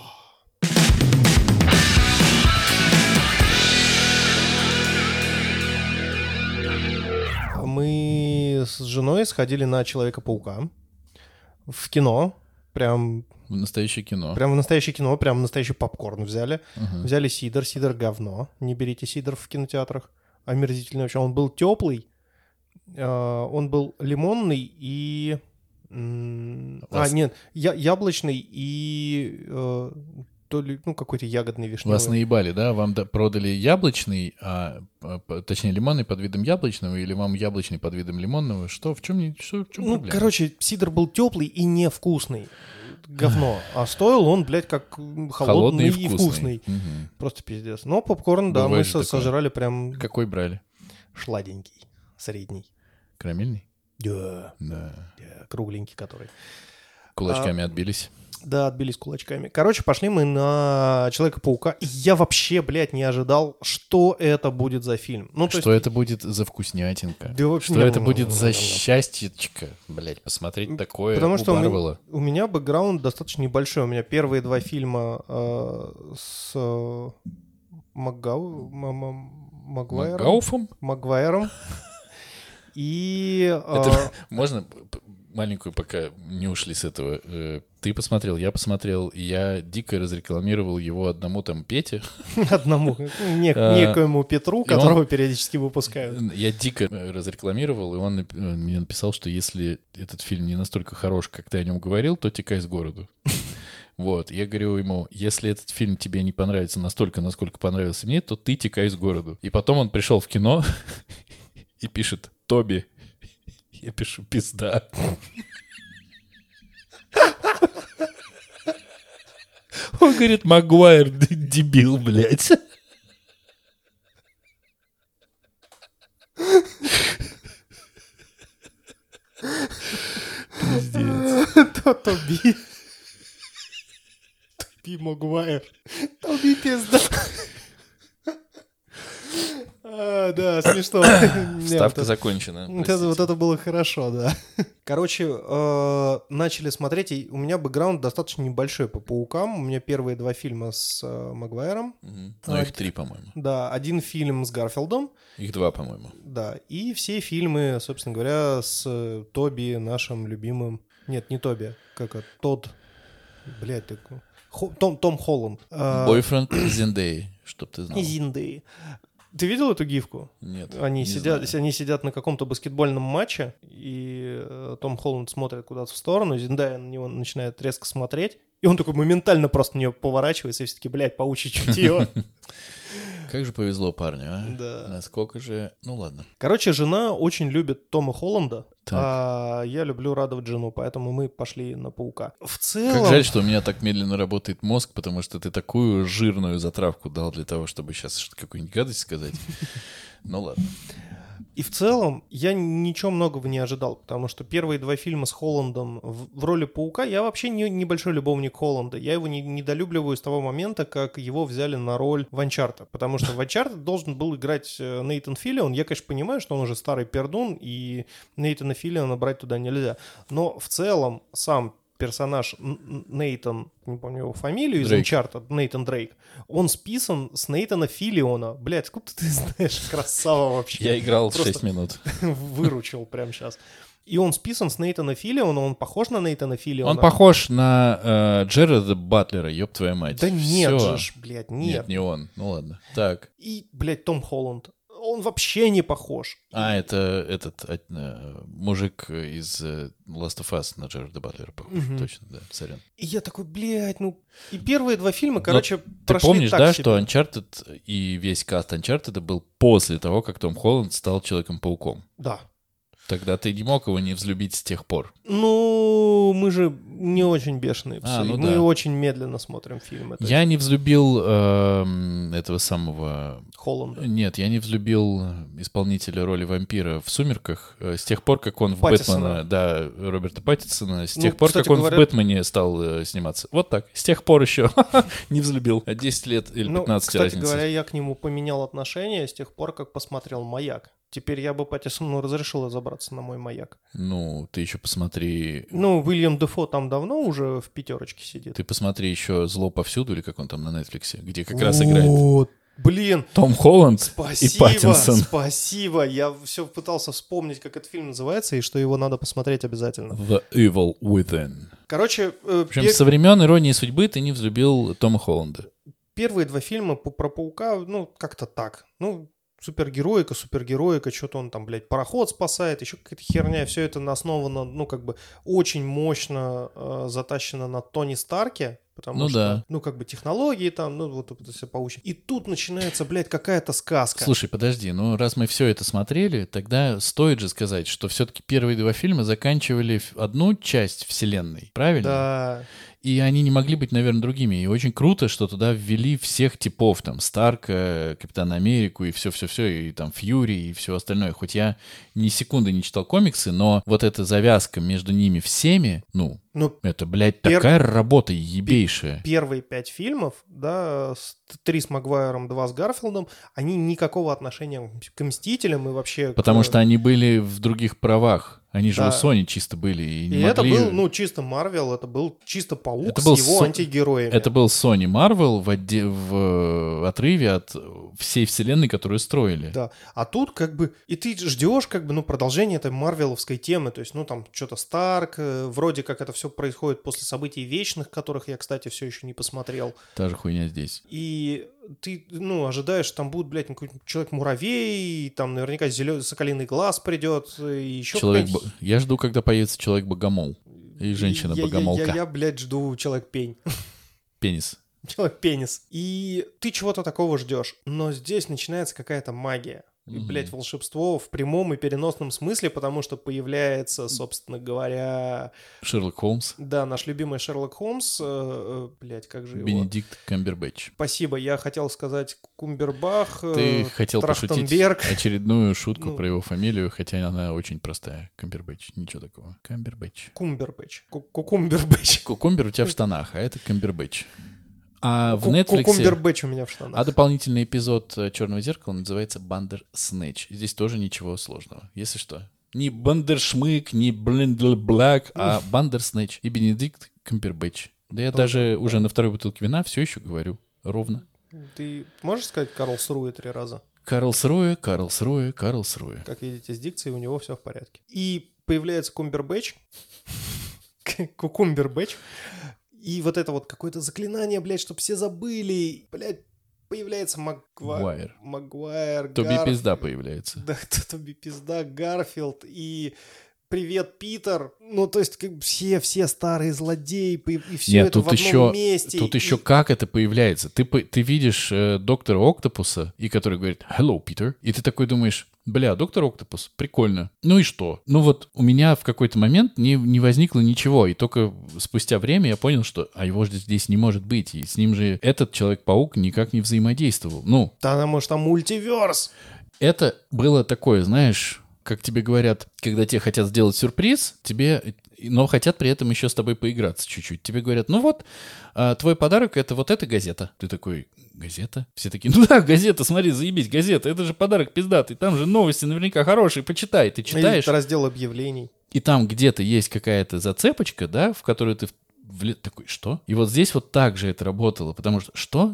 Мы с женой сходили на Человека-паука в кино. Прям в настоящее кино. Прям в настоящее кино, прям настоящий попкорн взяли. Uh-huh. Взяли сидр. Сидр говно. Не берите сидр в кинотеатрах. Омерзительный вообще. Он был теплый. Он был лимонный и... нет, яблочный и то ли, какой-то ягодный вишневый. Вас наебали, да? Вам продали яблочный, точнее лимонный под видом яблочного, или вам яблочный под видом лимонного? Что? В чем проблема? Короче, сидр был теплый и невкусный. Говно. А стоил он, блядь, как холодный и вкусный. Угу. Просто пиздец. Но попкорн, да, мы сожрали прям... Какой брали? Шладенький, средний. Карамельный? Да. Кругленький который. Кулачками отбились? Да, отбились кулачками. Короче, пошли мы на Человека-паука. И я вообще, блядь, не ожидал, что это будет за фильм. Что это будет за вкуснятинка? Да, вообще, что это будет за счастьечко, блядь, посмотреть такое. Потому что у меня бэкграунд достаточно небольшой. У меня первые два фильма с Магуайром. И... Можно маленькую, пока не ушли с этого. Ты посмотрел, я посмотрел, и я дико разрекламировал его одному там Пете. Одному, некоему Петру, которого периодически выпускают. Я дико разрекламировал, и он мне написал, что если этот фильм не настолько хорош, как ты о нем говорил, то текай с городу. Вот, я говорю ему, если этот фильм тебе не понравится настолько, насколько понравился мне, то ты текай с городу. И потом он пришел в кино и пишет «Тоби». Я пишу «Пизда». Он говорит, Магуайр, дебил, блядь. Пиздец. Тоби Магуайр. Долби пизда. Да, смешно. Вставка закончена. Вот это было хорошо, да. Короче, начали смотреть, и у меня бэкграунд достаточно небольшой по «Паукам». У меня первые 2 фильма с Магуайром. Ну, их 3, по-моему. Да, 1 фильм с Гарфилдом. Их 2, по-моему. Да, и все фильмы, собственно говоря, с Тоби, нашим любимым... Нет, не Тоби, как это, Тодд... Блядь, Том Холланд. Бойфренд Зендеи, чтоб ты знал. Зиндеи. Ты видел эту гифку? Нет, Они не сидят, знаю. они сидят на каком-то баскетбольном матче, и Том Холланд смотрит куда-то в сторону, Зендая на него начинает резко смотреть, и он такой моментально просто на нее поворачивается, и все-таки, блядь, паучье чутье. Как же повезло парню, а? Да. Насколько же... Ну, ладно. Короче, жена очень любит Тома Холланда, Так. а я люблю радовать жену, поэтому мы пошли на «Паука». В целом... Как жаль, что у меня так медленно работает мозг, потому что ты такую жирную затравку дал для того, чтобы сейчас какую-нибудь гадость сказать. Ну ладно. И в целом я ничего многого не ожидал, потому что первые 2 фильма с Холландом в роли Паука, я вообще небольшой любовник Холланда. Я его недолюбливаю с того момента, как его взяли на роль в Uncharted, потому что в Uncharted должен был играть Нейтан Филлион. Я, конечно, понимаю, что он уже старый пердун, и Нейтана Филлиона брать туда нельзя. Но в целом сам персонаж Нейтан, не помню его фамилию, из Uncharted, Нейтан Дрейк, он списан с Нейтана Филлиона. Блядь, откуда ты знаешь, красава вообще. Я играл в Просто 6 минут. Выручил прямо сейчас. И он списан с Нейтана Филлиона, он похож на Нейтана Филлиона. Он похож на Джерарда Батлера, ёб твою мать. Да нет Всё. же, блядь, нет. Нет, не он. Ну ладно. Так. И, блядь, Том Холланд. Он вообще не похож. А, это этот мужик из Last of Us на Джерарда Батлера похож. Точно, да, сорян. И я такой, блядь, ну... И первые 2 фильма, короче, Ты прошли помнишь, так да, себе. что Uncharted и весь каст Uncharted был после того, как Том Холланд стал Человеком-пауком? Да. Тогда ты не мог его не взлюбить с тех пор. Ну, мы же не очень бешеные псы. ну Мы да. очень медленно смотрим фильмы. То Я не взлюбил этого самого... есть Холланда. Нет, я не взлюбил исполнителя роли вампира в «Сумерках» с тех пор, как он в Паттинсона. «Бэтмена», да, Роберта Паттинсона, с Ну, тех пор, кстати как он говоря- в «Бэтмене» стал сниматься. Вот так. С тех пор еще не взлюбил. 10 лет или 15 кстати разница. говоря, я к нему поменял отношение с тех пор, как посмотрел «Маяк». Теперь я бы Паттинсону разрешил забраться на мой «Маяк». Ну, ты еще посмотри... Ну, Уильям Дефо там давно уже в 5 сидит. Ты посмотри еще «Зло повсюду», или как он там на Netflix, где как раз играет Вот, блин, Том Холланд и спасибо, Паттинсон. спасибо. Я все пытался вспомнить, как этот фильм называется, и что его надо посмотреть обязательно. The Evil Within. Короче, Причем со времен «Иронии судьбы» ты не взлюбил Тома Холланда. первые 2 фильма про Паука, ну, как-то так. Ну, супергероика, что-то он там, блядь, пароход спасает, еще какая-то херня. Все это основано, ну, как бы, очень мощно затащено на Тони Старке, потому Ну что, да. ну, как бы, технологии там, ну, вот это все паучье. И тут начинается, блядь, какая-то сказка. Слушай, подожди, ну раз мы все это смотрели, тогда стоит же сказать, что все-таки первые 2 фильма заканчивали одну часть вселенной, правильно? Да. И они не могли быть, наверное, другими. И очень круто, что туда ввели всех типов, там, Старка, Капитана Америку и все-все-все, и там Фьюри и все остальное. Хоть я ни секунды не читал комиксы, но вот эта завязка между ними всеми, ну, Ну, это, блядь, такая работа ебейшая. первые 5 фильмов, да, 3 с Магуайром, 2 с Гарфилдом, они никакого отношения к «Мстителям» и вообще... Потому что они были в других правах. Они же Да. у Sony чисто были и не И это могли... был, ну, чисто Марвел, это был чисто Паук Это с был его Со- антигероями. Это был Sony Marvel в отрыве от всей вселенной, которую строили. Да, а тут как бы, и ты ждешь как бы, ну, продолжение этой марвеловской темы, то есть, ну, там, что-то Старк, вроде как это все происходит после событий Вечных, которых я, кстати, все еще не посмотрел, Та же хуйня здесь. и ты, ну, ожидаешь, что там будет, блядь, какой-то Человек-муравей, и там наверняка Соколиный глаз придет, и еще Я жду, когда появится Человек-богомол и Женщина-богомолка. Я, блядь, жду Человек-пень. Пенис. Человек-пенис. И ты чего-то такого ждешь. Но здесь начинается какая-то магия. И, Мгм. блядь, волшебство в прямом и переносном смысле, потому что появляется, собственно говоря, Шерлок Холмс. да, наш любимый Шерлок Холмс, блядь, как же его... Бенедикт Камбербэтч. Спасибо, я хотел сказать Кумбербах, Ты хотел пошутить Трахтенберг. очередную шутку Ну. про его фамилию, хотя она очень простая. Камбербэтч. Ничего такого. Камбербэтч. Кумбербэтч. Кукумбербэтч. Кукумбер у тебя в штанах, а это Камбербэтч. А в Netflix... Кукумбербэтч у меня в штанах. А дополнительный эпизод «Черного зеркала» называется «Бандерснэч». Здесь тоже ничего сложного, если что. Не Бандершмык, не Блендлблэк, а Бандерснэч и Бенедикт Камбербэтч. Да я даже уже на второй бутылке вина все еще говорю ровно. Ты можешь сказать Карлсруэ 3 раза? Карлсруэ, Карлсруэ, Карлсруэ. Как видите, с дикцией у него все в порядке. И появляется Кумбербэтч. Кукумбербэтч. И вот это вот какое-то заклинание, блядь, чтобы все забыли. Блядь, появляется Магуайр. Тоби пизда появляется. Да, Тоби пизда, Гарфилд и... Привет, Питер. Ну, то есть, как все старые злодеи, и все Нет, это тут в одном месте. Тут еще как это появляется. Ты видишь доктора Октопуса, и который говорит «Hello, Peter», и ты такой думаешь, бля, доктор Октопус, прикольно. Ну и что? Ну вот у меня в какой-то момент не возникло ничего, и только спустя время я понял, что его же здесь не может быть, и с ним же этот Человек-паук никак не взаимодействовал. Ну. Да, может, там мультиверс. Это было такое, знаешь... Как тебе говорят, когда тебе хотят сделать сюрприз, но хотят при этом еще с тобой поиграться чуть-чуть. Тебе говорят, ну вот, твой подарок — это вот эта газета. Ты такой, газета? Все такие, ну да, газета, смотри, заебись, газета, это же подарок пиздатый, там же новости наверняка хорошие, почитай. Ты читаешь. Это раздел объявлений. И там где-то есть какая-то зацепочка, да, в которую ты такой, что? И вот здесь вот так же это работало, потому что,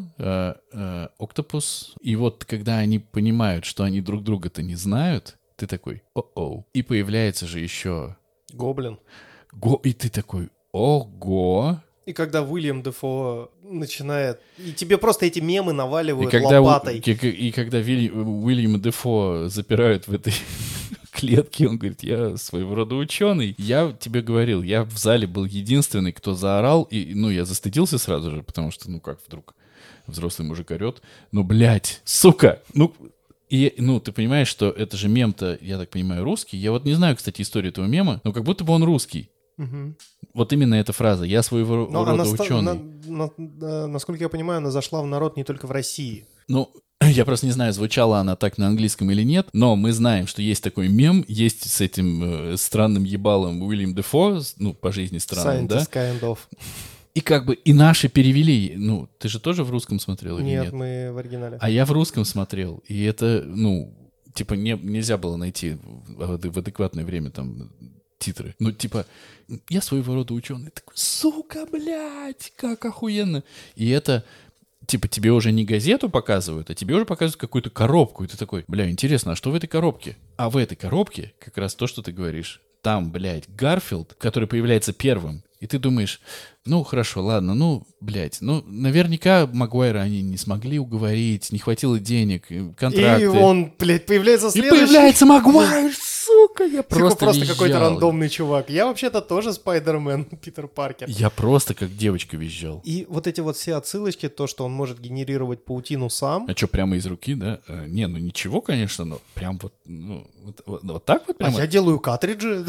Октопус, и вот когда они понимают, что они друг друга-то не знают, ты такой, о-оу. И появляется же еще... Гоблин. И ты такой, ого. И когда Уильям Дефо начинает... И тебе просто эти мемы наваливают лопатой. И когда Уильяма Дефо запирают в этой клетке, он говорит, я своего рода ученый. Я тебе говорил, я в зале был единственный, кто заорал. И, я застыдился сразу же, потому что, как вдруг взрослый мужик орет. Блядь, сука, И, ты понимаешь, что это же мем-то, я так понимаю, русский. Я вот не знаю, кстати, историю этого мема, но как будто бы он русский. Угу. Вот именно эта фраза. Я своего рода ученый. Насколько я понимаю, она зашла в народ не только в России. Я просто не знаю, звучала она так на английском или нет, но мы знаем, что есть такой мем, есть с этим странным ебалом Уильям Дефо, по жизни странным, да? Scientist kind of. И и наши перевели. Ты же тоже в русском смотрел или нет? Нет, мы в оригинале. А я в русском смотрел. И это, нельзя было найти в адекватное время там титры. Я своего рода ученый. Такой, сука, блядь, как охуенно. И это, тебе уже не газету показывают, а тебе уже показывают какую-то коробку. И ты такой, бля, интересно, а что в этой коробке? А в этой коробке как раз то, что ты говоришь. Там, блядь, Гарфилд, который появляется первым. И ты думаешь, хорошо, ладно, наверняка Магуайра они не смогли уговорить, не хватило денег, контракты. И он, блядь, появляется следующий. И появляется Магуайр, сука, я просто какой-то рандомный чувак. Я вообще-то тоже Спайдермен, Питер Паркер. Я просто как девочка визжал. И вот эти вот все отсылочки, то, что он может генерировать паутину сам. А что, прямо из руки, да? Ничего, конечно, но прям вот так вот прямо. А я делаю картриджи.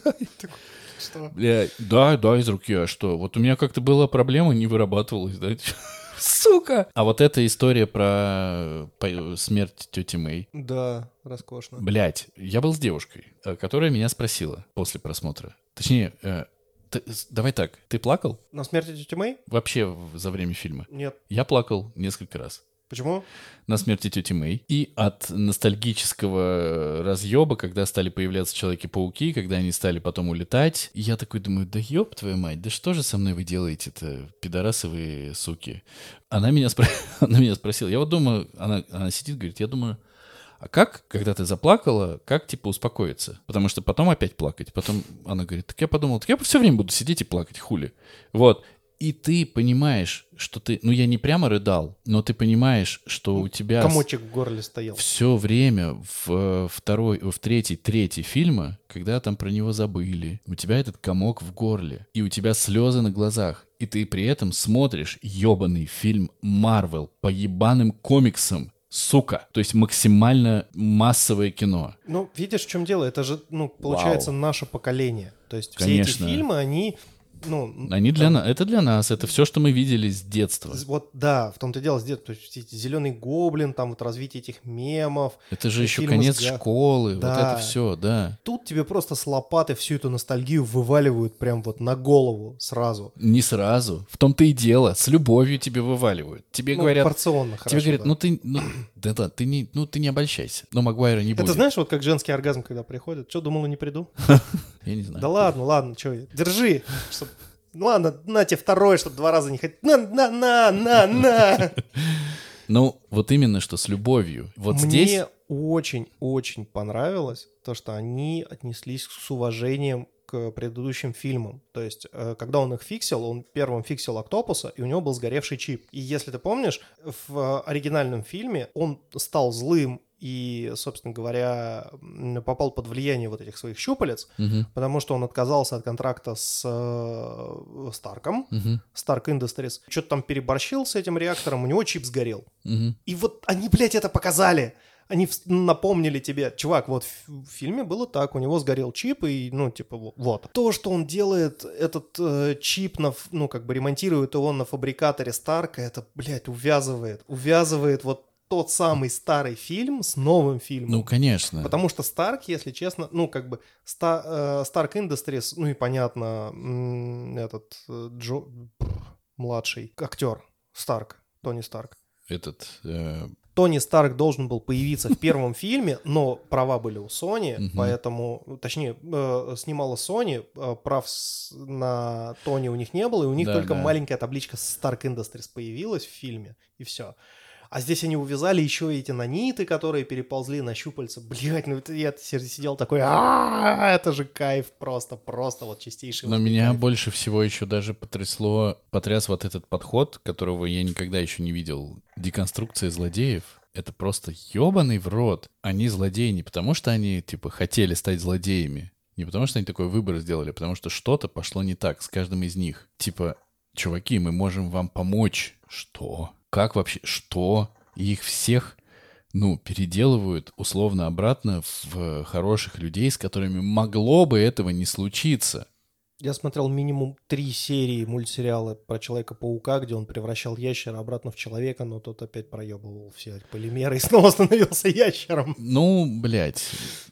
Что? Да, из руки. А что? Вот у меня как-то была проблема, не вырабатывалась, да? Сука! А вот эта история про смерть тети Мэй. Да, роскошно. Блядь, я был с девушкой, которая меня спросила после просмотра. Точнее, давай так, ты плакал? На смерти тети Мэй? Вообще за время фильма? Нет. Я плакал несколько раз. Почему? На смерти тети Мэй. И от ностальгического разъеба, когда стали появляться Человеки-пауки, когда они стали потом улетать. И я такой думаю, да ёб твою мать, да что же со мной вы делаете-то, пидорасовые суки? Она меня спросила, я вот думаю, она сидит, говорит, я думаю, а как, когда ты заплакала, как, успокоиться? Потому что потом опять плакать. Потом она говорит, так я подумал, так я все время буду сидеть и плакать, хули. Вот. И ты понимаешь, что ты... я не прямо рыдал, но ты понимаешь, что у тебя... Комочек в горле стоял. Все время в третьей фильма, когда там про него забыли, у тебя этот комок в горле, и у тебя слезы на глазах, и ты при этом смотришь ебаный фильм Marvel по ебаным комиксам, сука. То есть максимально массовое кино. Видишь, в чем дело? Это же, получается, наше поколение. То есть Конечно. все эти фильмы, они... ну... Они для нас, это для нас, это все, что мы видели с детства. Вот, да, в том-то и дело, с детства. То есть эти «Зеленый гоблин», там вот развитие этих мемов. Это же еще фильмы конец с Га- школы, вот Да. это все, да. Тут тебе просто с лопаты всю эту ностальгию вываливают прям вот на голову сразу. Не сразу. В том-то и дело. С любовью тебе вываливают. Тебе Ну, говорят... порционно хорошо, Тебе говорят, да. ты не обольщайся. Но Магуайра не будет. Это знаешь, вот как женский оргазм, когда приходит. Что, думала, не приду? Я не знаю. Да ладно, что, держи. Ну ладно, на тебе второй, чтобы 2 раза не хоть. На. Ну, вот именно что с любовью. Вот здесь... Мне очень-очень понравилось то, что они отнеслись с уважением к предыдущим фильмам. То есть, когда он их фиксил, он первым фиксил Октопуса, и у него был сгоревший чип. И если ты помнишь, в оригинальном фильме он стал злым и, собственно говоря, попал под влияние вот этих своих щупалец, потому что он отказался от контракта с Старком, Stark Industries, что-то там переборщил с этим реактором, у него чип сгорел. И вот они, блядь, это показали. Они напомнили тебе, чувак, вот в фильме было так, у него сгорел чип, и, ну, типа, вот. То, что он делает этот чип, ну, как бы ремонтирует его на фабрикаторе Старка, это, блядь, увязывает вот тот самый старый фильм с новым фильмом. Ну, конечно. Потому что Старк, если честно, ну, как бы, Stark Industries, ну, и понятно, младший актер Старк, Тони Старк. Тони Старк должен был появиться в первом фильме, но права были у Sony, поэтому, точнее, снимала Sony, прав на Тони у них не было, и у них только маленькая табличка Stark Industries появилась в фильме, и все. А здесь они увязали еще эти наниты, которые переползли на щупальца. Блядь, ну это я сидел такой, это же кайф просто вот чистейший. Но меня кайф. Больше всего еще даже потряс вот этот подход, которого я никогда еще не видел. Деконструкция злодеев. Это просто ебаный в рот. Они злодеи не потому, что они, типа, хотели стать злодеями. Не потому, что они такой выбор сделали, а потому что что-то пошло не так с каждым из них. Типа, чуваки, мы можем вам помочь. Что? Как вообще? Что? И их всех, переделывают условно обратно в хороших людей, с которыми могло бы этого не случиться. Я смотрел минимум 3 серии мультсериала про Человека-паука, где он превращал ящера обратно в человека, но тот опять проебывал все полимеры и снова становился ящером. Ну, блядь.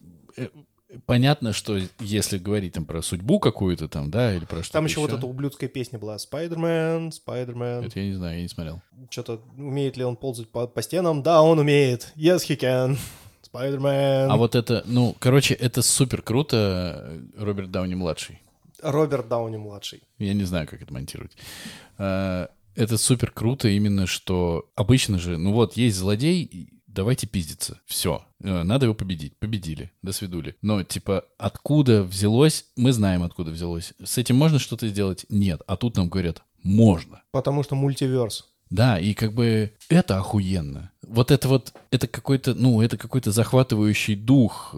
Понятно, что если говорить там про судьбу какую-то там, да, или про что-то там еще вот эта ублюдская песня была «Спайдермен». Это я не знаю, я не смотрел. Что-то, умеет ли он ползать по стенам? Да, он умеет. Yes, he can. Спайдермен. А вот это, это супер круто, Роберт Дауни-младший. Роберт Дауни-младший. Я не знаю, как это монтировать. Это супер круто именно, что обычно же, есть злодей, давайте пиздиться. Все. Надо его победить. Победили. До свидули. Но, откуда взялось? Мы знаем, откуда взялось. С этим можно что-то сделать? Нет. А тут нам говорят, можно. Потому что мультиверс. Да, и это охуенно. Это какой-то захватывающий дух,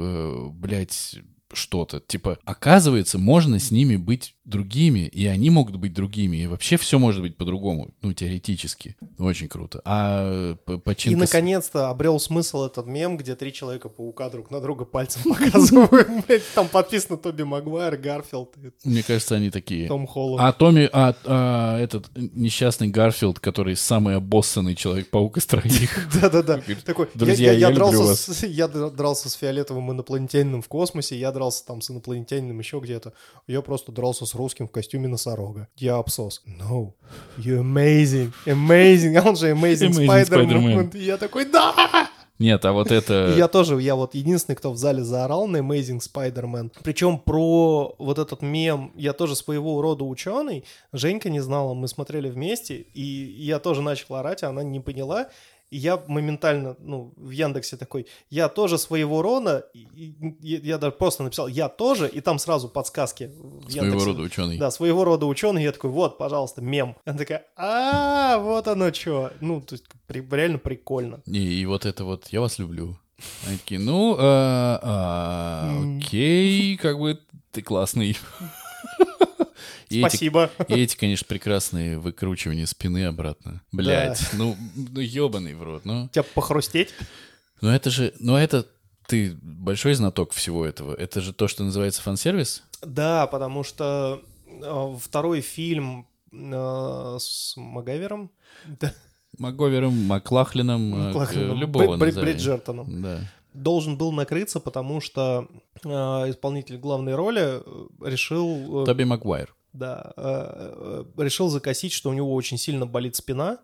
что-то. Оказывается, можно с ними быть другими, и они могут быть другими, и вообще все может быть по-другому, теоретически. Очень круто. И, наконец-то, обрел смысл этот мем, где 3 Человека-паука друг на друга пальцем показывают. Там подписано Тоби Магуайр, Гарфилд. Мне кажется, они такие. Том Холланд. Этот несчастный Гарфилд, который самый обоссанный Человек-паук из троих. Да-да-да. Такой, друзья, я люблю вас. Я дрался с фиолетовым инопланетянином в космосе, я дрался там с инопланетянином еще где-то. Я просто дрался с русским в костюме носорога. Я абсос. No, you're amazing. А он же Amazing Spider-Man. И я такой, да! Нет, а вот это... И я единственный, кто в зале заорал на Amazing Spider-Man. Причем про вот этот мем я тоже своего рода ученый. Женька не знала, мы смотрели вместе, и я тоже начал орать, а она не поняла. И я моментально, в Яндексе такой, я тоже своего рода, я даже просто написал, я тоже, и там сразу подсказки в Яндексе. Своего рода ученый. Да, своего рода ученый, я такой, вот, пожалуйста, мем. Она такая, вот оно что. То есть реально прикольно. И вот это вот, я вас люблю. Они такие, окей, ты классный. Спасибо. И эти, конечно, прекрасные выкручивания спины обратно. Блядь, ебаный в рот. Тебя похрустеть? Это ты большой знаток всего этого. Это же то, что называется фан-сервис? Да, потому что второй фильм с Магавером. Маговером, Маклахлином, любого назови. Бриджертоном. Да. Должен был накрыться, потому что исполнитель главной роли решил... Тоби Магуайр. Да, решил закосить, что у него очень сильно болит спина,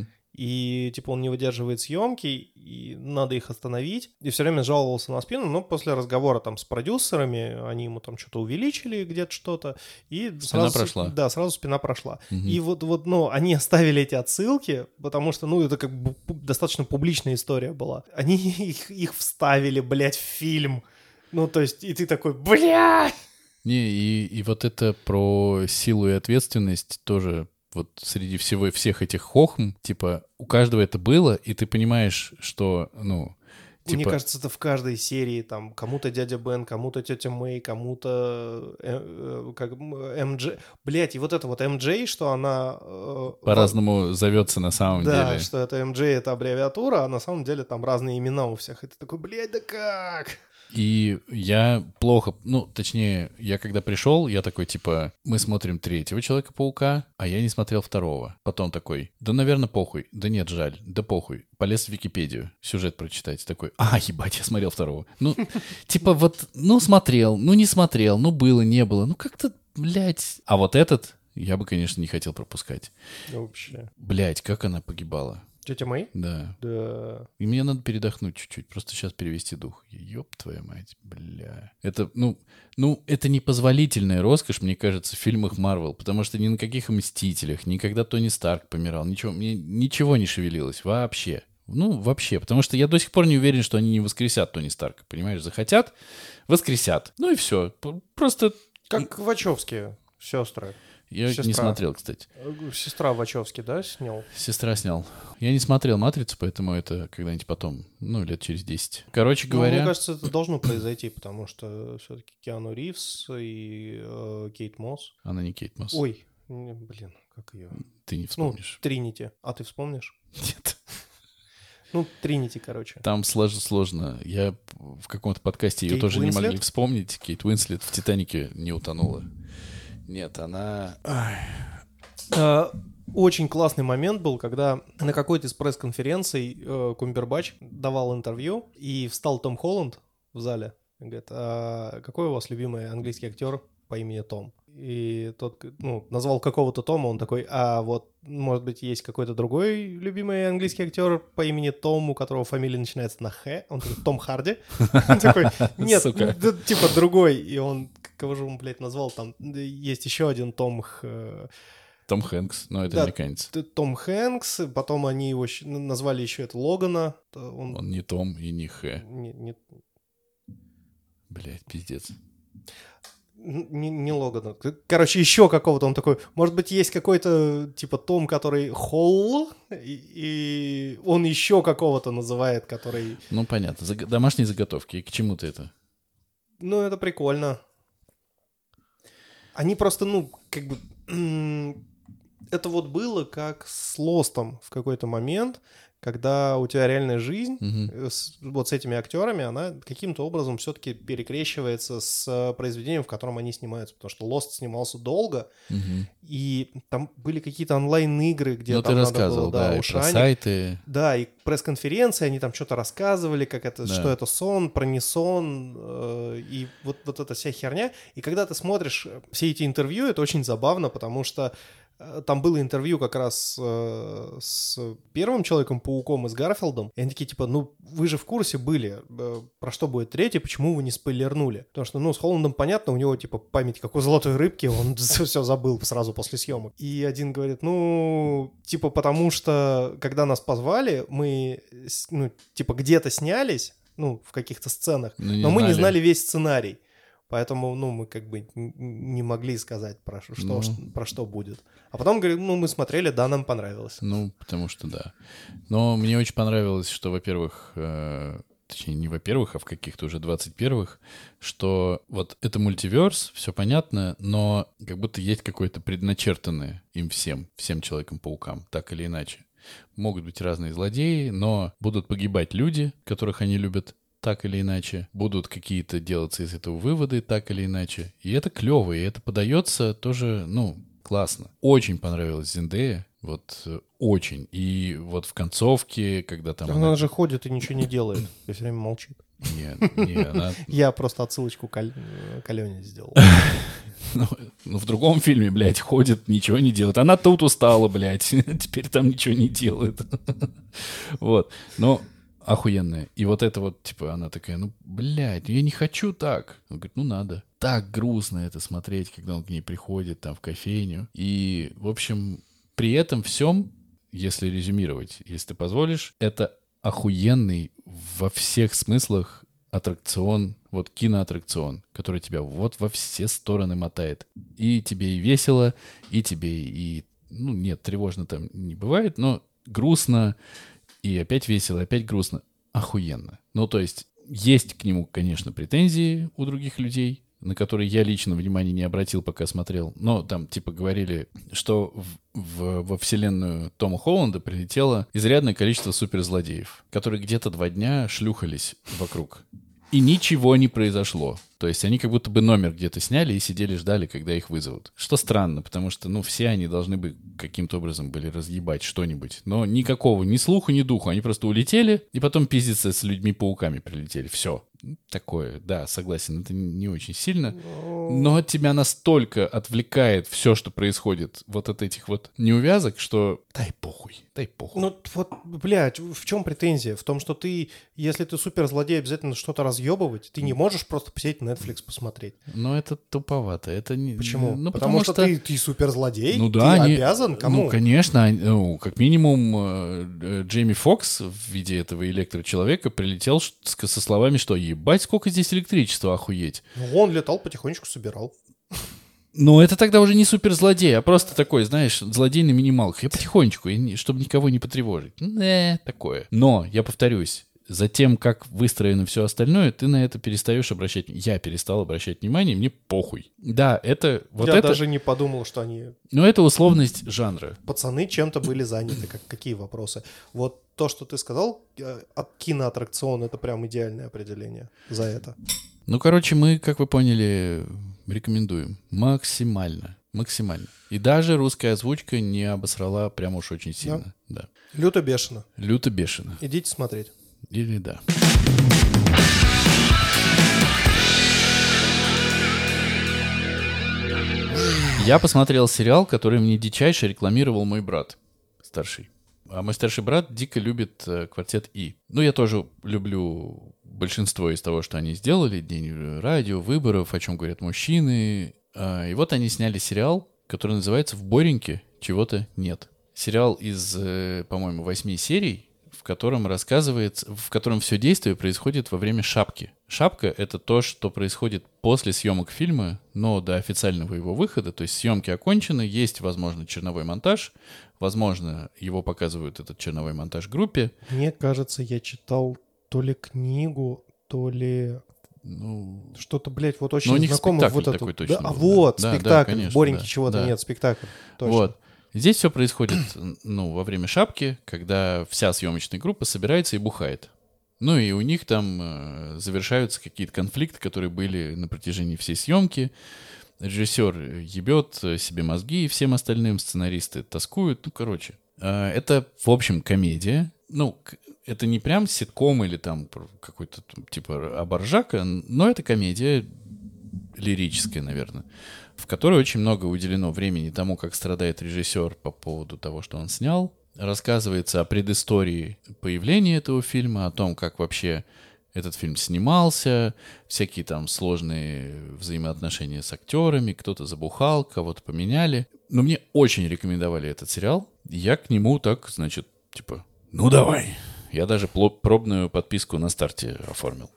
и типа он не выдерживает съемки, и надо их остановить. И все время жаловался на спину, но после разговора там с продюсерами, они ему там что-то увеличили где-то что-то, и спина прошла. Да, сразу спина прошла. И вот, ну, они оставили эти отсылки, потому что, ну, это как бы достаточно публичная история была. Они их вставили, блядь, в фильм. Ну, то есть, и ты такой, блядь! Не, и вот это про силу и ответственность тоже вот среди всех этих хохм, типа, у каждого это было, и ты понимаешь, что, ну, типа... Мне кажется, это в каждой серии, там, кому-то дядя Бен, кому-то тетя Мэй, кому-то как МД. Блять, и вот это вот МД, что она... По-разному зовется на самом деле. Да, что это МД, это аббревиатура, а на самом деле там разные имена у всех. И ты такой, блядь, да как? И я плохо, ну, точнее, я когда пришел, я такой, типа, мы смотрим третьего Человека-паука, а я не смотрел второго. Потом такой, да, наверное, похуй, да нет, жаль, да похуй. Полез в Википедию, сюжет прочитать, такой, ебать, я смотрел второго. Ну, типа вот, ну, смотрел, ну, не смотрел, ну, было, не было, ну, как-то, блядь. А вот этот я бы, конечно, не хотел пропускать. Вообще. Блядь, как она погибала. Тетя Мэй? Да. Да. И мне надо передохнуть чуть-чуть, просто сейчас перевести дух. Ёб твою мать, бля. Это, ну, это непозволительная роскошь, мне кажется, в фильмах Марвел, потому что ни на каких Мстителях, ни когда Тони Старк помирал, ничего не шевелилось вообще. Ну, вообще, потому что я до сих пор не уверен, что они не воскресят Тони Старка, понимаешь? Захотят, воскресят. Ну и все. Просто... Как Вачовские сестры. Я не смотрел, кстати. Сестра Вачовски, да, снял? Сестра снял. Я не смотрел «Матрицу», поэтому это когда-нибудь потом, ну, лет через 10. Короче говоря... Мне кажется, это должно произойти, потому что все-таки Киану Ривз и Кейт Мосс. Она не Кейт Мосс. Ой, блин, как ее? Ты не вспомнишь. Ну, Тринити. А ты вспомнишь? Нет. Ну, Тринити, короче. Там сложно. Я в каком-то подкасте ее Кейт тоже Уинслет? не могли вспомнить. Кейт Уинслет в «Титанике» не утонула. Нет, она... Очень классный момент был, когда на какой-то из пресс-конференций Кумбербач давал интервью, и встал Том Холланд в зале. И говорит, какой у вас любимый английский актер по имени Том? И тот, ну, назвал какого-то Тома, он такой, вот, может быть, есть какой-то другой любимый английский актер по имени Том, у которого фамилия начинается на Х? Он такой, Том Харди? Он такой, нет, типа другой. И он, кого же он, блядь, назвал там? Есть еще один Том Том Хэнкс, но это американец. Том Хэнкс, потом они его назвали еще это Логана. Он не Том и не Х. Блядь, пиздец. Не Логана. Короче, еще какого-то он такой... Может быть, есть какой-то, типа, Том, который Холл, и он еще какого-то называет, который... Ну, понятно. Домашние заготовки. И к чему ты это? Ну, это прикольно. Они просто, ну, как бы... Это вот было как с Лостом в какой-то момент, когда у тебя реальная жизнь вот с этими актерами, она каким-то образом все-таки перекрещивается с произведением, в котором они снимаются, потому что Lost снимался долго, и там были какие-то онлайн-игры, где там ты надо рассказывал, было, да, и про сайты. Да, и пресс-конференции, они там что-то рассказывали, как это, что это сон, про не сон, и вот эта вся херня. И когда ты смотришь все эти интервью, это очень забавно, потому что там было интервью как раз с первым Человеком-пауком и с Гарфилдом. И они такие, типа, ну, вы же в курсе были, про что будет третий, почему вы не спойлернули? Потому что, ну, с Холландом понятно, у него, типа, память как у золотой рыбки, он все забыл сразу после съемок. И один говорит, ну, типа, потому что, когда нас позвали, мы, ну, типа, где-то снялись, ну, в каких-то сценах, но мы не знали весь сценарий. Поэтому, ну, мы как бы не могли сказать, про что будет. А потом, говорю, ну, мы смотрели, да, нам понравилось. Ну, потому что да. Но мне очень понравилось, что, во-первых, точнее, не во-первых, а в каких-то уже 21-х, что вот это мультиверс, все понятно, но как будто есть какое-то предначертанное им всем Человекам-паукам, так или иначе. Могут быть разные злодеи, но будут погибать люди, которых они любят, так или иначе, будут какие-то делаться из этого выводы так или иначе. И это клево, и это подается тоже, ну, классно. Очень понравилась Зендея, вот очень. И вот в концовке, когда там Она же ходит и ничего не делает, и все время молчит. Не, она... Я просто отсылочку к Алене сделал. Ну, в другом фильме, блядь, ходит, ничего не делает. Она тут устала, блядь, теперь там ничего не делает. Вот, но охуенная. И вот это вот, типа, она такая, ну, блядь, я не хочу так. Он говорит, ну, надо. Так грустно это смотреть, когда он к ней приходит там в кофейню. И, в общем, при этом всем, если резюмировать, если ты позволишь, это охуенный во всех смыслах аттракцион, вот киноаттракцион, который тебя вот во все стороны мотает. И тебе и весело, и тебе и... Ну, нет, тревожно там не бывает, но грустно, и опять весело, опять грустно. Охуенно. Ну, то есть к нему, конечно, претензии у других людей, на которые я лично внимания не обратил, пока смотрел. Но там, типа, говорили, что во вселенную Тома Холланда прилетело изрядное количество суперзлодеев, которые где-то 2 дня шлюхались вокруг. И ничего не произошло. То есть они как будто бы номер где-то сняли и сидели, ждали, когда их вызовут. Что странно, потому что, ну, все они должны бы каким-то образом были разъебать что-нибудь. Но никакого ни слуху, ни духу. Они просто улетели, и потом пиздиться с людьми-пауками прилетели. Все. Такое, да, согласен, это не очень сильно. Но тебя настолько отвлекает все, что происходит вот от этих вот неувязок, что дай похуй, дай похуй. Ну, вот, блядь, в чем претензия? В том, что ты, если ты суперзлодей, обязательно что-то разъебывать, ты не можешь просто посидеть Netflix посмотреть. Но это туповато. Это не... Почему? Ну, потому что ты суперзлодей, ну, да, ты обязан кому? Ну, конечно, ну, как минимум Джейми Фокс в виде этого электрочеловека прилетел со словами, что ебать, сколько здесь электричества, охуеть. Ну, он летал, потихонечку собирал. Ну, это тогда уже не суперзлодей, а просто такой, знаешь, злодей на минималках. Я потихонечку, чтобы никого не потревожить. Такое. Но, я повторюсь, за тем, как выстроено все остальное, ты на это перестаешь обращать... Я перестал обращать внимание, мне похуй. Да, это... Вот я это... даже не подумал, что они... Ну, это условность жанра. Пацаны чем-то были заняты. Какие вопросы? Вот то, что ты сказал, киноаттракцион — это прям идеальное определение за это. Ну, короче, мы, как вы поняли, рекомендуем. Максимально. Максимально. И даже русская озвучка не обосрала прям уж очень сильно. Да. Люто бешено. Люто бешено. Идите смотреть. Или да. Я посмотрел сериал, который мне дичайше рекламировал мой брат старший. А мой старший брат дико любит «Квартет И». Ну, я тоже люблю большинство из того, что они сделали. «День радио», «Выборов», «О чем говорят мужчины». И вот они сняли сериал, который называется «В Бореньке чего-то нет». Сериал из, по-моему, 8 серий, в котором рассказывается, в котором все действие происходит во время шапки. Шапка — это то, что происходит после съемок фильма, но до официального его выхода. То есть съемки окончены, есть, возможно, черновой монтаж. Возможно, его показывают, этот черновой монтаж, группе. Мне кажется, я читал то ли книгу, то ли... Ну, что-то, блядь, вот очень у них знакомо. спектакль Вот такой это. точно Да, был, вот, да. спектакль. Да, конечно, Бореньки да, чего-то да. нет, спектакль. Точно. Вот. Здесь все происходит, ну, во время шапки, когда вся съемочная группа собирается и бухает. Ну, и у них там завершаются какие-то конфликты, которые были на протяжении всей съемки. Режиссер ебет себе мозги и всем остальным, сценаристы тоскуют. Ну, короче, это, в общем, комедия. Ну, это не прям ситком или там какой-то типа Абаржака, но это комедия лирическая, наверное, в которой очень много уделено времени тому, как страдает режиссер по поводу того, что он снял. Рассказывается о предыстории появления этого фильма, о том, как вообще этот фильм снимался, всякие там сложные взаимоотношения с актерами, кто-то забухал, кого-то поменяли. Но мне очень рекомендовали этот сериал. Я к нему так, значит, типа, ну давай. Я даже пробную подписку на старте оформил.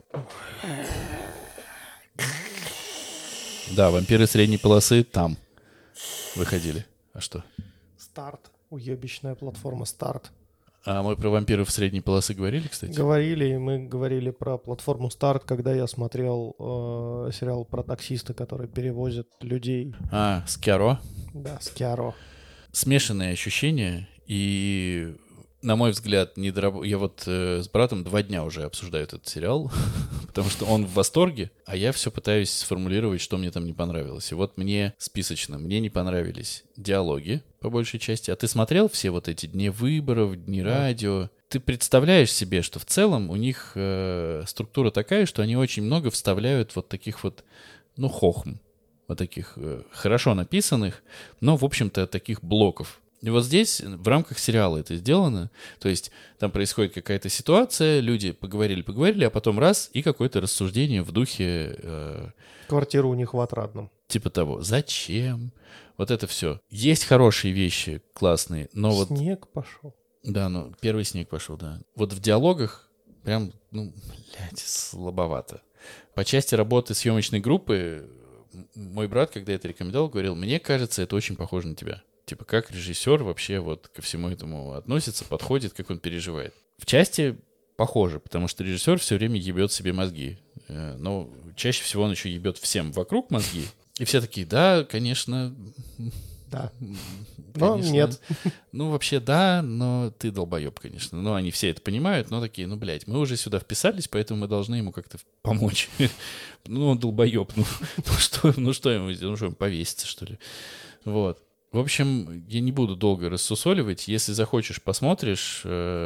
Да, «Вампиры средней полосы» там выходили. А что? Старт. Уебищная платформа «Старт». А мы про «Вампиров средней полосы» говорили, кстати? Говорили, и мы говорили про платформу «Старт», когда я смотрел сериал про таксиста, который перевозит людей. С Киаро? Да, с Киаро. Смешанные ощущения, и на мой взгляд, я вот с братом 2 дня уже обсуждаю этот сериал, потому что он в восторге, а я все пытаюсь сформулировать, что мне там не понравилось. И вот мне списочно, мне не понравились диалоги, по большей части. А ты смотрел все вот эти дни выборов, дни радио? Ты представляешь себе, что в целом у них структура такая, что они очень много вставляют вот таких вот, ну, хохм, вот таких хорошо написанных, но, в общем-то, таких блоков. И вот здесь в рамках сериала это сделано. То есть там происходит какая-то ситуация, люди поговорили, а потом раз, и какое-то рассуждение в духе... Квартира у них в Отрадном. Типа того, зачем? Вот это все. Есть хорошие вещи, классные, но вот... Снег пошел. Да, ну, первый снег пошел, да. Вот в диалогах прям, ну, блядь, слабовато. По части работы съемочной группы, мой брат, когда это рекомендовал, говорил, мне кажется, это очень похоже на тебя. Типа, как режиссер вообще вот ко всему этому относится, подходит, как он переживает. В части похоже, потому что режиссер все время ебет себе мозги. Но чаще всего он еще ебет всем вокруг мозги. И все такие, да, конечно. Да. Но Конечно. нет. Ну, вообще, да, но ты долбоеб, конечно. Но они все это понимают, но такие, ну, блядь, мы уже сюда вписались, поэтому мы должны ему как-то помочь. Ну, он долбоеб, ну что ему сделать, ну что, ему повеситься, что ли? Вот. В общем, я не буду долго рассусоливать. Если захочешь, посмотришь.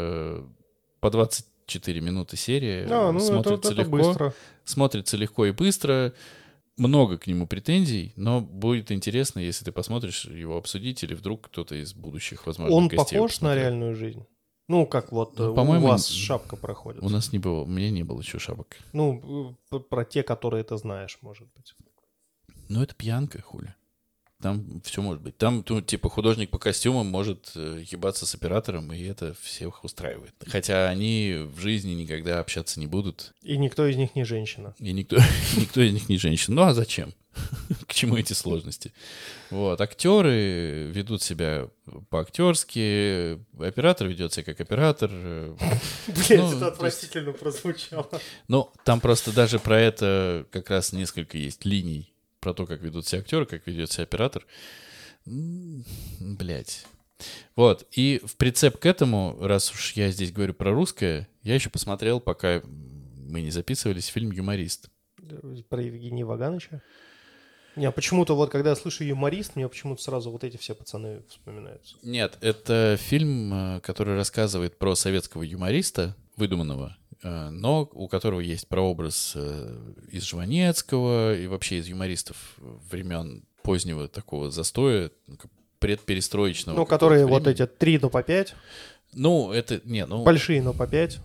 По 24 минуты серия. Смотрится это легко. быстро. Смотрится легко и быстро. Много к нему претензий, но будет интересно, если ты посмотришь его обсудить, или вдруг кто-то из будущих, возможно, Он гостей его похож на посмотрел. реальную жизнь? Ну, как вот Ну, у по-моему, вас шапка проходит. У нас не было, у меня не было еще шапок. Ну, про те, которые ты знаешь, может быть. Ну, это пьянка, хули. Там все может быть. Там, ну, типа, художник по костюмам может ебаться с оператором, и это всех устраивает. Хотя они в жизни никогда общаться не будут. И никто из них не женщина. И никто из них не женщина. Ну, а зачем? К чему эти сложности? Вот. Актеры ведут себя по-актерски, оператор ведет себя как оператор. Блять, это отвратительно прозвучало. Ну, там просто даже про это как раз несколько есть линий. Про то, как ведут себя актеры, как ведет себя оператор. Блять. Вот. И в прицеп к этому, раз уж я здесь говорю про русское, я еще посмотрел, пока мы не записывались, фильм «Юморист». Про Евгения Вагановича? Не, а почему-то вот, когда я слышу «Юморист», мне почему-то сразу вот эти все пацаны вспоминаются. Нет, это фильм, который рассказывает про советского юмориста, выдуманного, но у которого есть прообраз из Жванецкого и вообще из юмористов времен позднего такого застоя, предперестроечного. Ну, которые вот времени. эти 3, но по 5. Ну, это, не, ну... Большие, но по 5.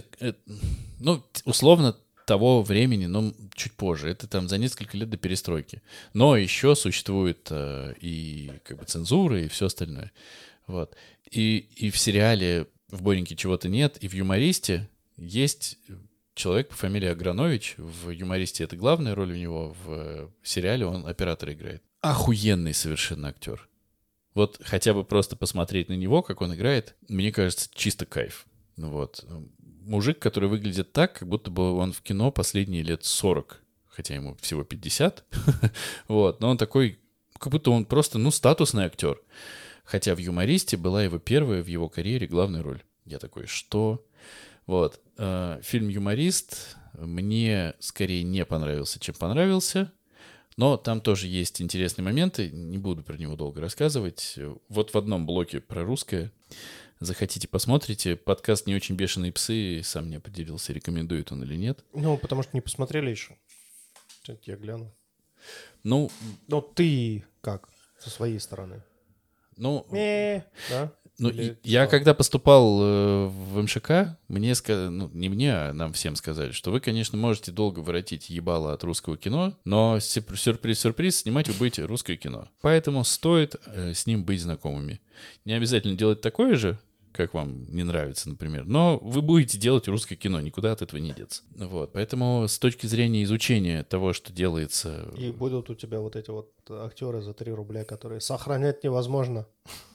Ну, условно, того времени, но чуть позже. Это там за несколько лет до перестройки. Но еще существует и как бы цензура, и все остальное. Вот. И в сериале «В Бореньке чего-то нет», и в «Юмористе» есть человек по фамилии Агранович. В «Юмористе» это главная роль у него, в сериале он оператор играет. Охуенный совершенно актер. Вот хотя бы просто посмотреть на него, как он играет, мне кажется, чисто кайф. Вот. Мужик, который выглядит так, как будто бы он в кино последние лет 40, хотя ему всего 50. Вот. Но он такой, как будто он просто, ну, статусный актер. Хотя в «Юмористе» была его первая в его карьере главная роль. Я такой, что? Вот. Фильм «Юморист» мне скорее не понравился, чем понравился. Но там тоже есть интересные моменты. Не буду про него долго рассказывать. Вот в одном блоке про русское. Захотите, посмотрите. Подкаст «Не очень бешеные псы». Сам не определился, рекомендует он или нет. Ну, потому что не посмотрели еще. Сейчас я гляну. Ну, ты как со своей стороны? Ну, да? ну Или я что? когда поступал в МШК, мне сказали, ну, не мне, а нам всем сказали, что вы, конечно, можете долго воротить ебало от русского кино, но сюрприз-сюрприз, снимать вы будете русское кино. Поэтому стоит с ним быть знакомыми. Не обязательно делать такое же, как вам не нравится, например, но вы будете делать русское кино, никуда от этого не деться. Вот, поэтому с точки зрения изучения того, что делается... И будут у тебя вот эти вот актеры за 3 рубля, которые сохранять невозможно.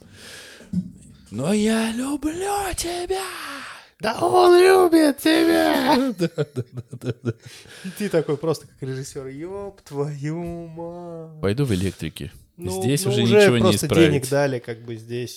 Но я люблю тебя! Да он любит тебя! Да. И ты такой просто как режиссер, ёб твою мать. Пойду в электрики. Ну, Здесь уже уже ничего не просто исправить. денег дали, как бы здесь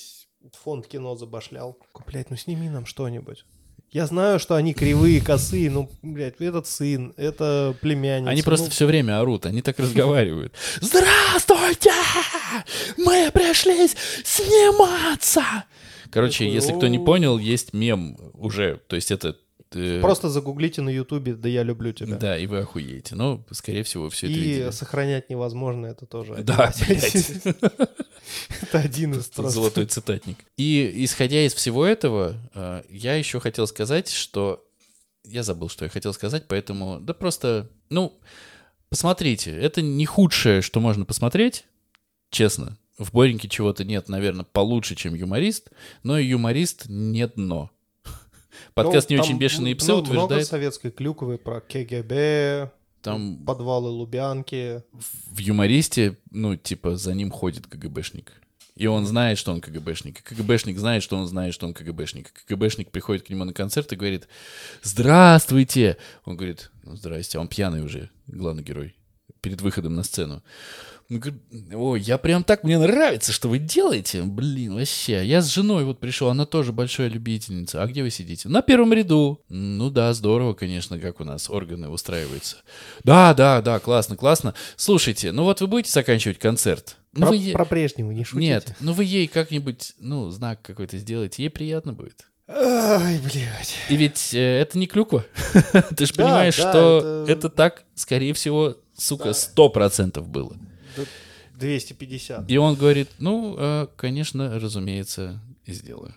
фонд кино забашлял. Блядь, ну сними нам что-нибудь. Я знаю, что они кривые, косые, ну, блядь, этот сын, это племянница. Они просто все время орут, они так разговаривают. Здравствуйте! Мы пришли сниматься! Короче, Такой, если кто не понял, есть мем уже, то есть это... Просто загуглите на Ютубе «Да я люблю тебя». Да, и вы охуеете. Но, скорее всего, все это И видели. сохранять невозможно, это тоже. Да, блядь. Это один из просто... Золотой цитатник. И исходя из всего этого, я еще хотел сказать, что... Я забыл, что я хотел сказать, поэтому... Да просто, ну, посмотрите. Это не худшее, что можно посмотреть, честно. В Бореньке чего-то нет, наверное, получше, чем «Юморист», но и «Юморист» не дно. Подкаст «Не очень бешеные псы» утверждает... Много советской клюквы про КГБ, там подвалы Лубянки. в «Юмористе», ну, типа, за ним ходит КГБшник. И он знает, что он КГБшник. И КГБшник знает, что он знает, что он КГБшник. КГБшник приходит к нему на концерт и говорит: «Здравствуйте!» Он говорит: «Ну, здрасте». А он пьяный уже, главный герой, перед выходом на сцену. Он говорит: «Ой, я прям так, мне нравится, что вы делаете. Блин, вообще. Я с женой вот пришел, она тоже большая любительница. А где вы сидите?» «На первом ряду». «Ну да, здорово, конечно, как у нас органы устраиваются». Да, классно, классно. Слушайте, ну вот вы будете заканчивать концерт? Ну, Про Брежнева не шутите. Нет, ну вы ей как-нибудь, ну, знак какой-то сделаете, ей приятно будет. Ай, блядь. И ведь это не клюква. Ты же понимаешь, что это так, скорее всего, сука, 100% было. 250. И он говорит: «Ну, конечно, разумеется, и сделаю».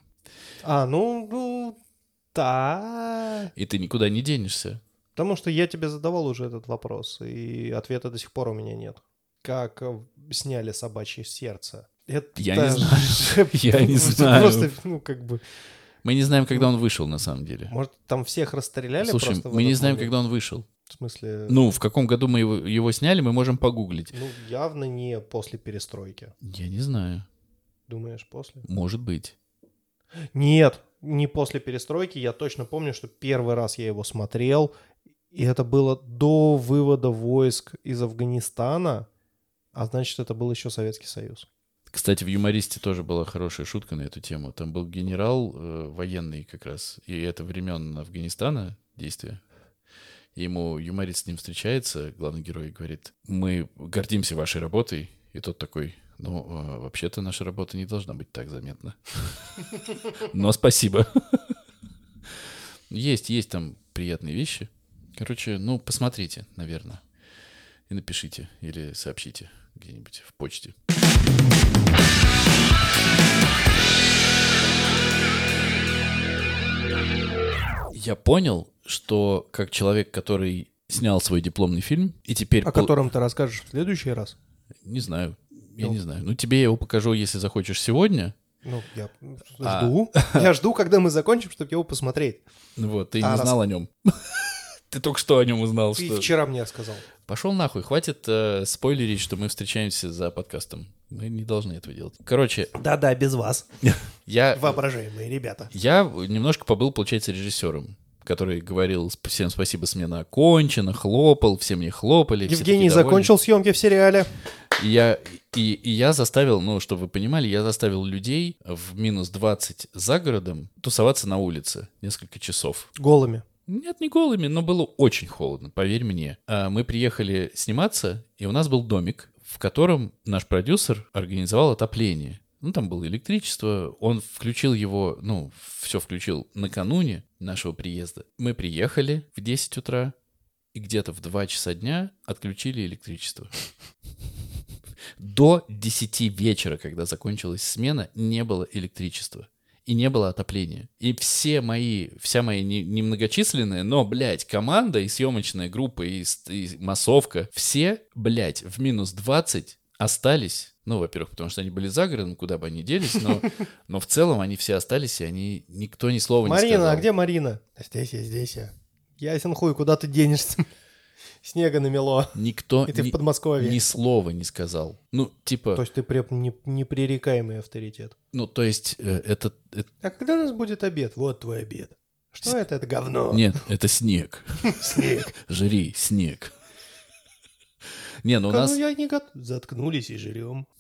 Да. И ты никуда не денешься. Потому что я тебе задавал уже этот вопрос, и ответа до сих пор у меня нет. Как сняли «Собачье сердце»? Я не знаю. Я не знаю. Просто, ну, как бы... Мы не знаем, когда он вышел, на самом деле. Может, там всех расстреляли? Слушай, просто мы не знаем, когда он вышел. В смысле... Ну, в каком году мы его сняли, мы можем погуглить. Ну, явно не после перестройки. Я не знаю. Думаешь, после? Может быть. Нет, не после перестройки. Я точно помню, что первый раз я его смотрел, и это было до вывода войск из Афганистана, а значит, это был еще Советский Союз. Кстати, в «Юмористе» тоже была хорошая шутка на эту тему. Там был генерал военный как раз, и это времен Афганистана действия. И ему юморист с ним встречается, главный герой, и говорит: «Мы гордимся вашей работой». И тот такой: «Ну, вообще-то наша работа не должна быть так заметна». Но спасибо. Есть там приятные вещи. Короче, ну, посмотрите, наверное. И напишите или сообщите где-нибудь в почте. Я понял, что как человек, который снял свой дипломный фильм, и теперь... О котором ты расскажешь в следующий раз? Не знаю. Я не знаю. Ну, тебе я его покажу, если захочешь, сегодня. Ну, я жду. Я жду, когда мы закончим, чтобы его посмотреть. Вот, ты не знал о нем. Ты только что о нем узнал. Ты вчера мне сказал. Пошел нахуй, хватит спойлерить, что мы встречаемся за подкастом. Мы не должны этого делать. Короче... Да-да, без вас. Воображаемые ребята. Я немножко побыл, получается, режиссером, который говорил: «Всем спасибо, смена окончена», хлопал, все мне хлопали. Евгений закончил съемки в сериале. И я заставил, ну, чтобы вы понимали, я заставил людей в минус 20 за городом тусоваться на улице несколько часов. Голыми. Нет, не голыми, но было очень холодно, поверь мне. Мы приехали сниматься, и у нас был домик, в котором наш продюсер организовал отопление. Ну, там было электричество, он включил его, ну, все включил накануне нашего приезда. Мы приехали в 10 утра, и где-то в 2 часа дня отключили электричество. До 10 вечера, когда закончилась смена, не было электричества. И не было отопления. И вся моя немногочисленная, но, блядь, команда и съемочная группа, и массовка, все, блядь, в минус 20 остались. Ну, во-первых, потому что они были за городом, куда бы они делись, но в целом они все остались, и никто ни слова не сказал. Марина, а где Марина? Здесь я. Ясен хуй, куда ты денешься? Снега намело. Никто и ты в Подмосковье. Ни слова не сказал. Ну, типа... То есть ты прям непререкаемый авторитет. Ну, то есть это... А когда у нас будет обед? Вот твой обед. Что это? Это говно. Нет, это снег. Снег. Жри, снег. Не, ну у нас... Ну я не готов. Заткнулись и жрем.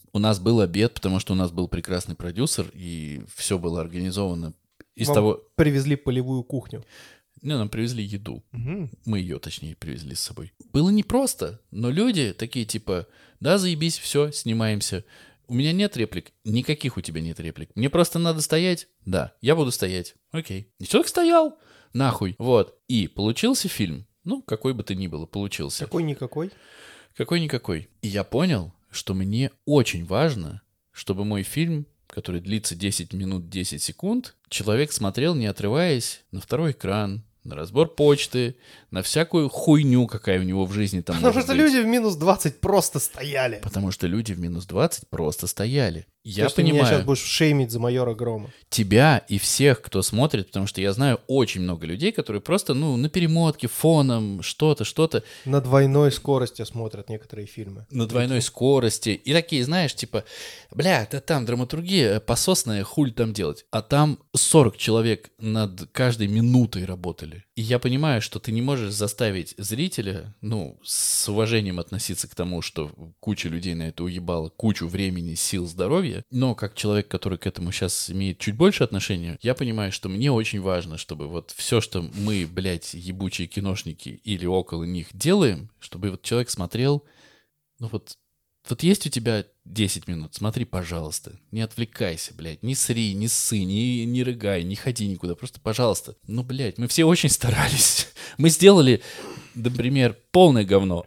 У нас был обед, потому что у нас был прекрасный продюсер, и все было организовано из Вам того... привезли полевую кухню. Не, нам привезли еду. Угу. Мы ее, точнее, привезли с собой. Было непросто, но люди такие типа, да, заебись, все, снимаемся. У меня нет реплик. Никаких у тебя нет реплик. Мне просто надо стоять. Да, я буду стоять. Окей. И человек стоял. Нахуй. Вот. И получился фильм. Ну, какой бы то ни было, получился. Какой-никакой. Какой-никакой. И я понял, что мне очень важно, чтобы мой фильм, который длится 10 минут 10 секунд, человек смотрел, не отрываясь, на второй экран, на разбор почты, на всякую хуйню, какая у него в жизни там Потому может что быть. люди в минус 20 просто стояли. Потому что люди в минус 20 просто стояли. Я То есть ты меня сейчас понимаю будешь шеймить за майора Грома. тебя и всех, кто смотрит, потому что я знаю очень много людей, которые просто, ну, на перемотке, фоном, что-то, На двойной скорости смотрят некоторые фильмы. на двойной скорости. И такие, знаешь, типа, бля, да там драматургия пососная, хуй там делать. А там 40 человек над каждой минутой работали. И я понимаю, что ты не можешь заставить зрителя, ну, с уважением относиться к тому, что куча людей на это уебала, кучу времени, сил, здоровья. Но как человек, который к этому сейчас имеет чуть больше отношения, я понимаю, что мне очень важно, чтобы вот все, что мы, блядь, ебучие киношники или около них делаем, чтобы вот человек смотрел, ну вот есть у тебя 10 минут, смотри, пожалуйста, не отвлекайся, блядь, не сри, не ссы, не рыгай, не ходи никуда, просто, пожалуйста. Ну, блядь, мы все очень старались. Мы сделали, например, полное говно.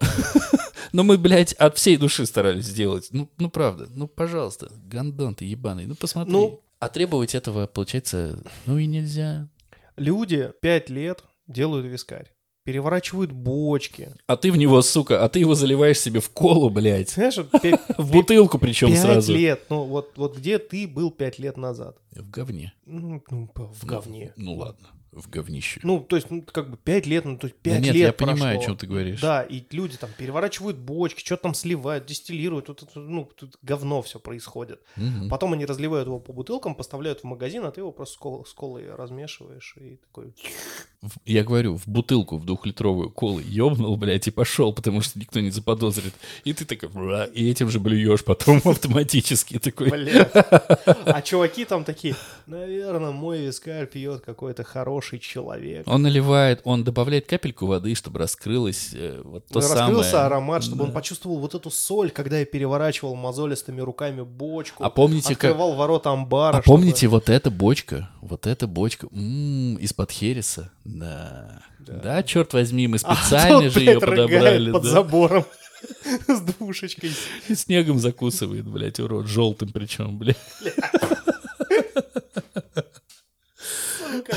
Но мы, блядь, от всей души старались сделать. Ну, правда, ну, пожалуйста, гандон ты ебаный, ну, посмотри. Ну, а требовать этого, получается, ну и нельзя. Люди 5 лет делают вискарь. Переворачивают бочки. А ты в него, сука, а ты его заливаешь себе в колу, блядь. Знаешь, В бутылку причем 5 сразу. лет. Ну, вот где ты был 5 лет назад? В говне. Ну, в говне. Ну, ладно, в говнище. Ну, то есть, ну, как бы 5 лет, ну, то есть 5 Да нет, лет я понимаю, прошло. о чем ты говоришь. Да, и люди там переворачивают бочки, что-то там сливают, дистиллируют, ну, тут говно все происходит. Мгм. Потом они разливают его по бутылкам, поставляют в магазин, а ты его просто с колой размешиваешь и такой... Я говорю, в бутылку, в 2-литровую колы ёбнул, блядь, и пошел, потому что никто не заподозрит. И ты такой, бра, и этим же блюешь потом автоматически такой. Бля. А чуваки там такие, наверное, мой вискарь пьет какой-то хороший человек. Он наливает, он добавляет капельку воды, чтобы раскрылось вот то Раскрылся самое. аромат, чтобы Да. он почувствовал вот эту соль, когда я переворачивал мозолистыми руками бочку, А помните, открывал ворота амбара. А помните, вот эта бочка, из-под хереса? Да. Да, черт возьми, мы специально тот, же ее блядь, рыгает подобрали. под Да. забором с двушечкой. И снегом закусывает, блядь, урод, желтым причем, блядь. Сука.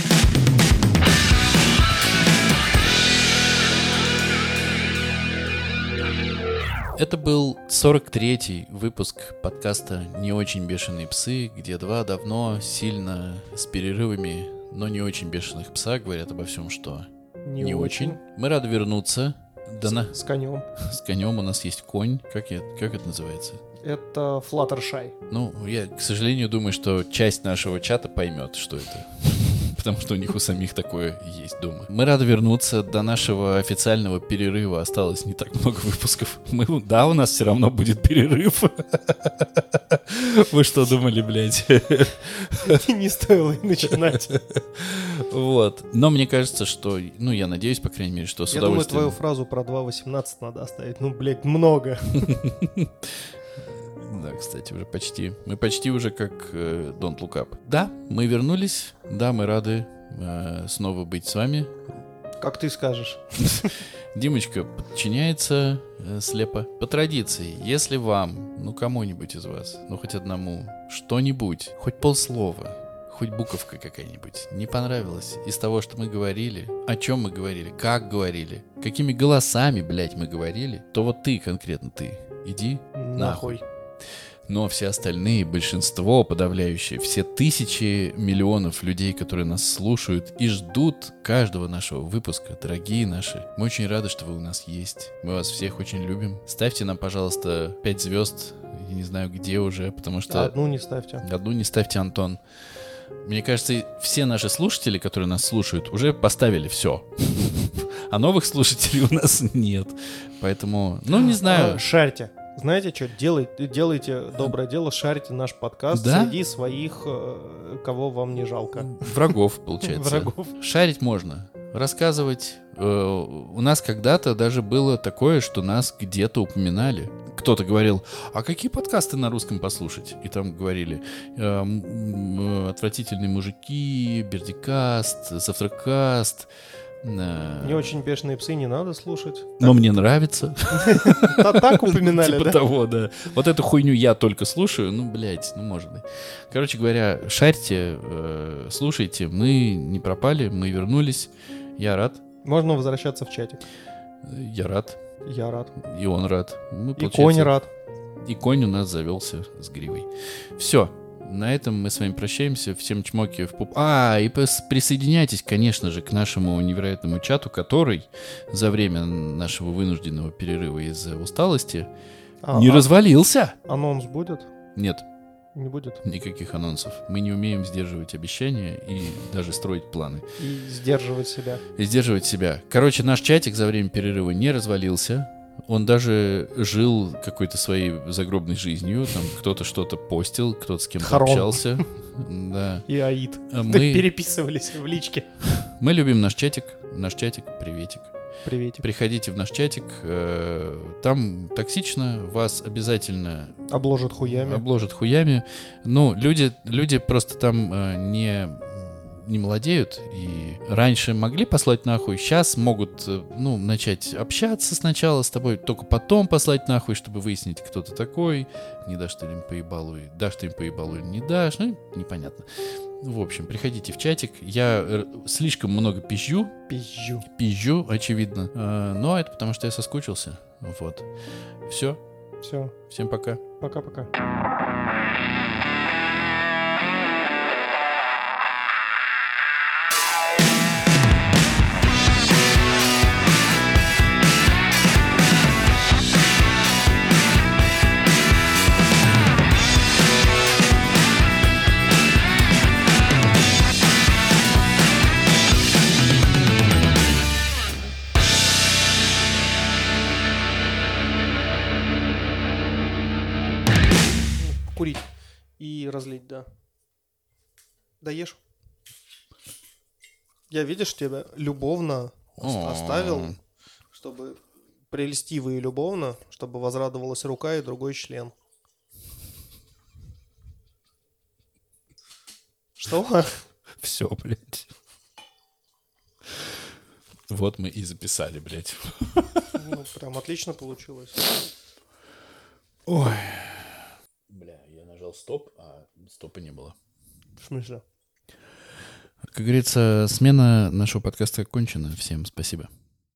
Это был 43-й выпуск подкаста «Не очень бешеные псы», где два давно, сильно, с перерывами, но не очень бешеных пса говорят обо всем, что не очень. Мы рады вернуться. С конем. С конем у нас есть конь. Как это называется? Это Флаттершай. Ну, я, к сожалению, думаю, что часть нашего чата поймет, что это. Потому что у них у самих такое есть дома. Мы рады вернуться. До нашего официального перерыва осталось не так много выпусков. Да, у нас все равно будет перерыв. Вы что думали, блядь? Не стоило и начинать. Вот. Но мне кажется, что... Ну, я надеюсь, по крайней мере, что с Я думаю, удовольствием... твою фразу про 2.18 надо оставить. Ну, блядь, много. Да, кстати, уже почти. Мы почти уже как Don't Look Up. Да, мы вернулись. Да, мы рады снова быть с вами. Как ты скажешь. Димочка подчиняется слепо. По традиции, если вам, ну кому-нибудь из вас, ну хоть одному, что-нибудь, хоть полслова, хоть буковка какая-нибудь не понравилось из того, что мы говорили, о чем мы говорили, как говорили, какими голосами, блядь, мы говорили, то вот ты, конкретно ты, иди нахуй. Но все остальные, большинство подавляющее, все тысячи миллионов людей, которые нас слушают и ждут каждого нашего выпуска, дорогие наши, мы очень рады, что вы у нас есть. Мы вас всех очень любим. Ставьте нам, пожалуйста, 5 звезд. Я не знаю, где уже, потому что... Одну не ставьте. Одну не ставьте, Антон. Мне кажется, все наши слушатели, которые нас слушают, уже поставили все. А новых слушателей у нас нет. Поэтому, ну, не знаю. Шарьте. Знаете что, делайте доброе дело, шарите наш подкаст среди своих, кого вам не жалко. Врагов, получается. Врагов. Шарить можно, рассказывать. У нас когда-то даже было такое, что нас где-то упоминали. Кто-то говорил, а какие подкасты на русском послушать? И там говорили «Отвратительные мужики», «Бердикаст», «Завтракаст». Не очень бешеные псы не надо слушать. Но мне нравится. Так упоминали, Типа да? того, да. Вот эту хуйню я только слушаю. Блядь, может быть. Короче говоря, шарьте, слушайте. Мы не пропали, мы вернулись. Я рад. Можно возвращаться в чатик. Я рад. Я рад. И он рад. Мы, и конь рад. И конь у нас завелся с гривой. Все. На этом мы с вами прощаемся. Всем чмоки в пуп. И присоединяйтесь, конечно же, к нашему невероятному чату, который за время нашего вынужденного перерыва из-за усталости не развалился. Анонс будет? Нет. Не будет? Никаких анонсов. Мы не умеем сдерживать обещания и даже строить планы. И сдерживать себя. И сдерживать себя. Короче, наш чатик за время перерыва не развалился. Он даже жил какой-то своей загробной жизнью. Там кто-то что-то постил, кто-то с кем-то общался. Да. И Аид. Мы переписывались в личке. Мы любим наш чатик. Наш чатик, приветик. Приветик. Приходите в наш чатик. Там токсично. Вас обязательно обложат хуями. Ну, люди просто там не молодеют, и раньше могли послать нахуй, сейчас могут, начать общаться сначала с тобой, только потом послать нахуй, чтобы выяснить, кто ты такой, не дашь ты им поебалу, дашь ты им поебалу или не дашь, непонятно. В общем, приходите в чатик, я слишком много пизжу, очевидно, но это потому, что я соскучился, вот. Все. Всем пока. Пока-пока. Курить и разлить, да. Даешь? Я, видишь, тебя любовно оставил, чтобы прелестиво и любовно, чтобы возрадовалась рука и другой член. Что? Все, блядь. Вот мы и записали, блядь. Прям отлично получилось. Ой. Бля, я нажал стоп, а стопа не было. В смысле? Как говорится, смена нашего подкаста окончена. Всем спасибо.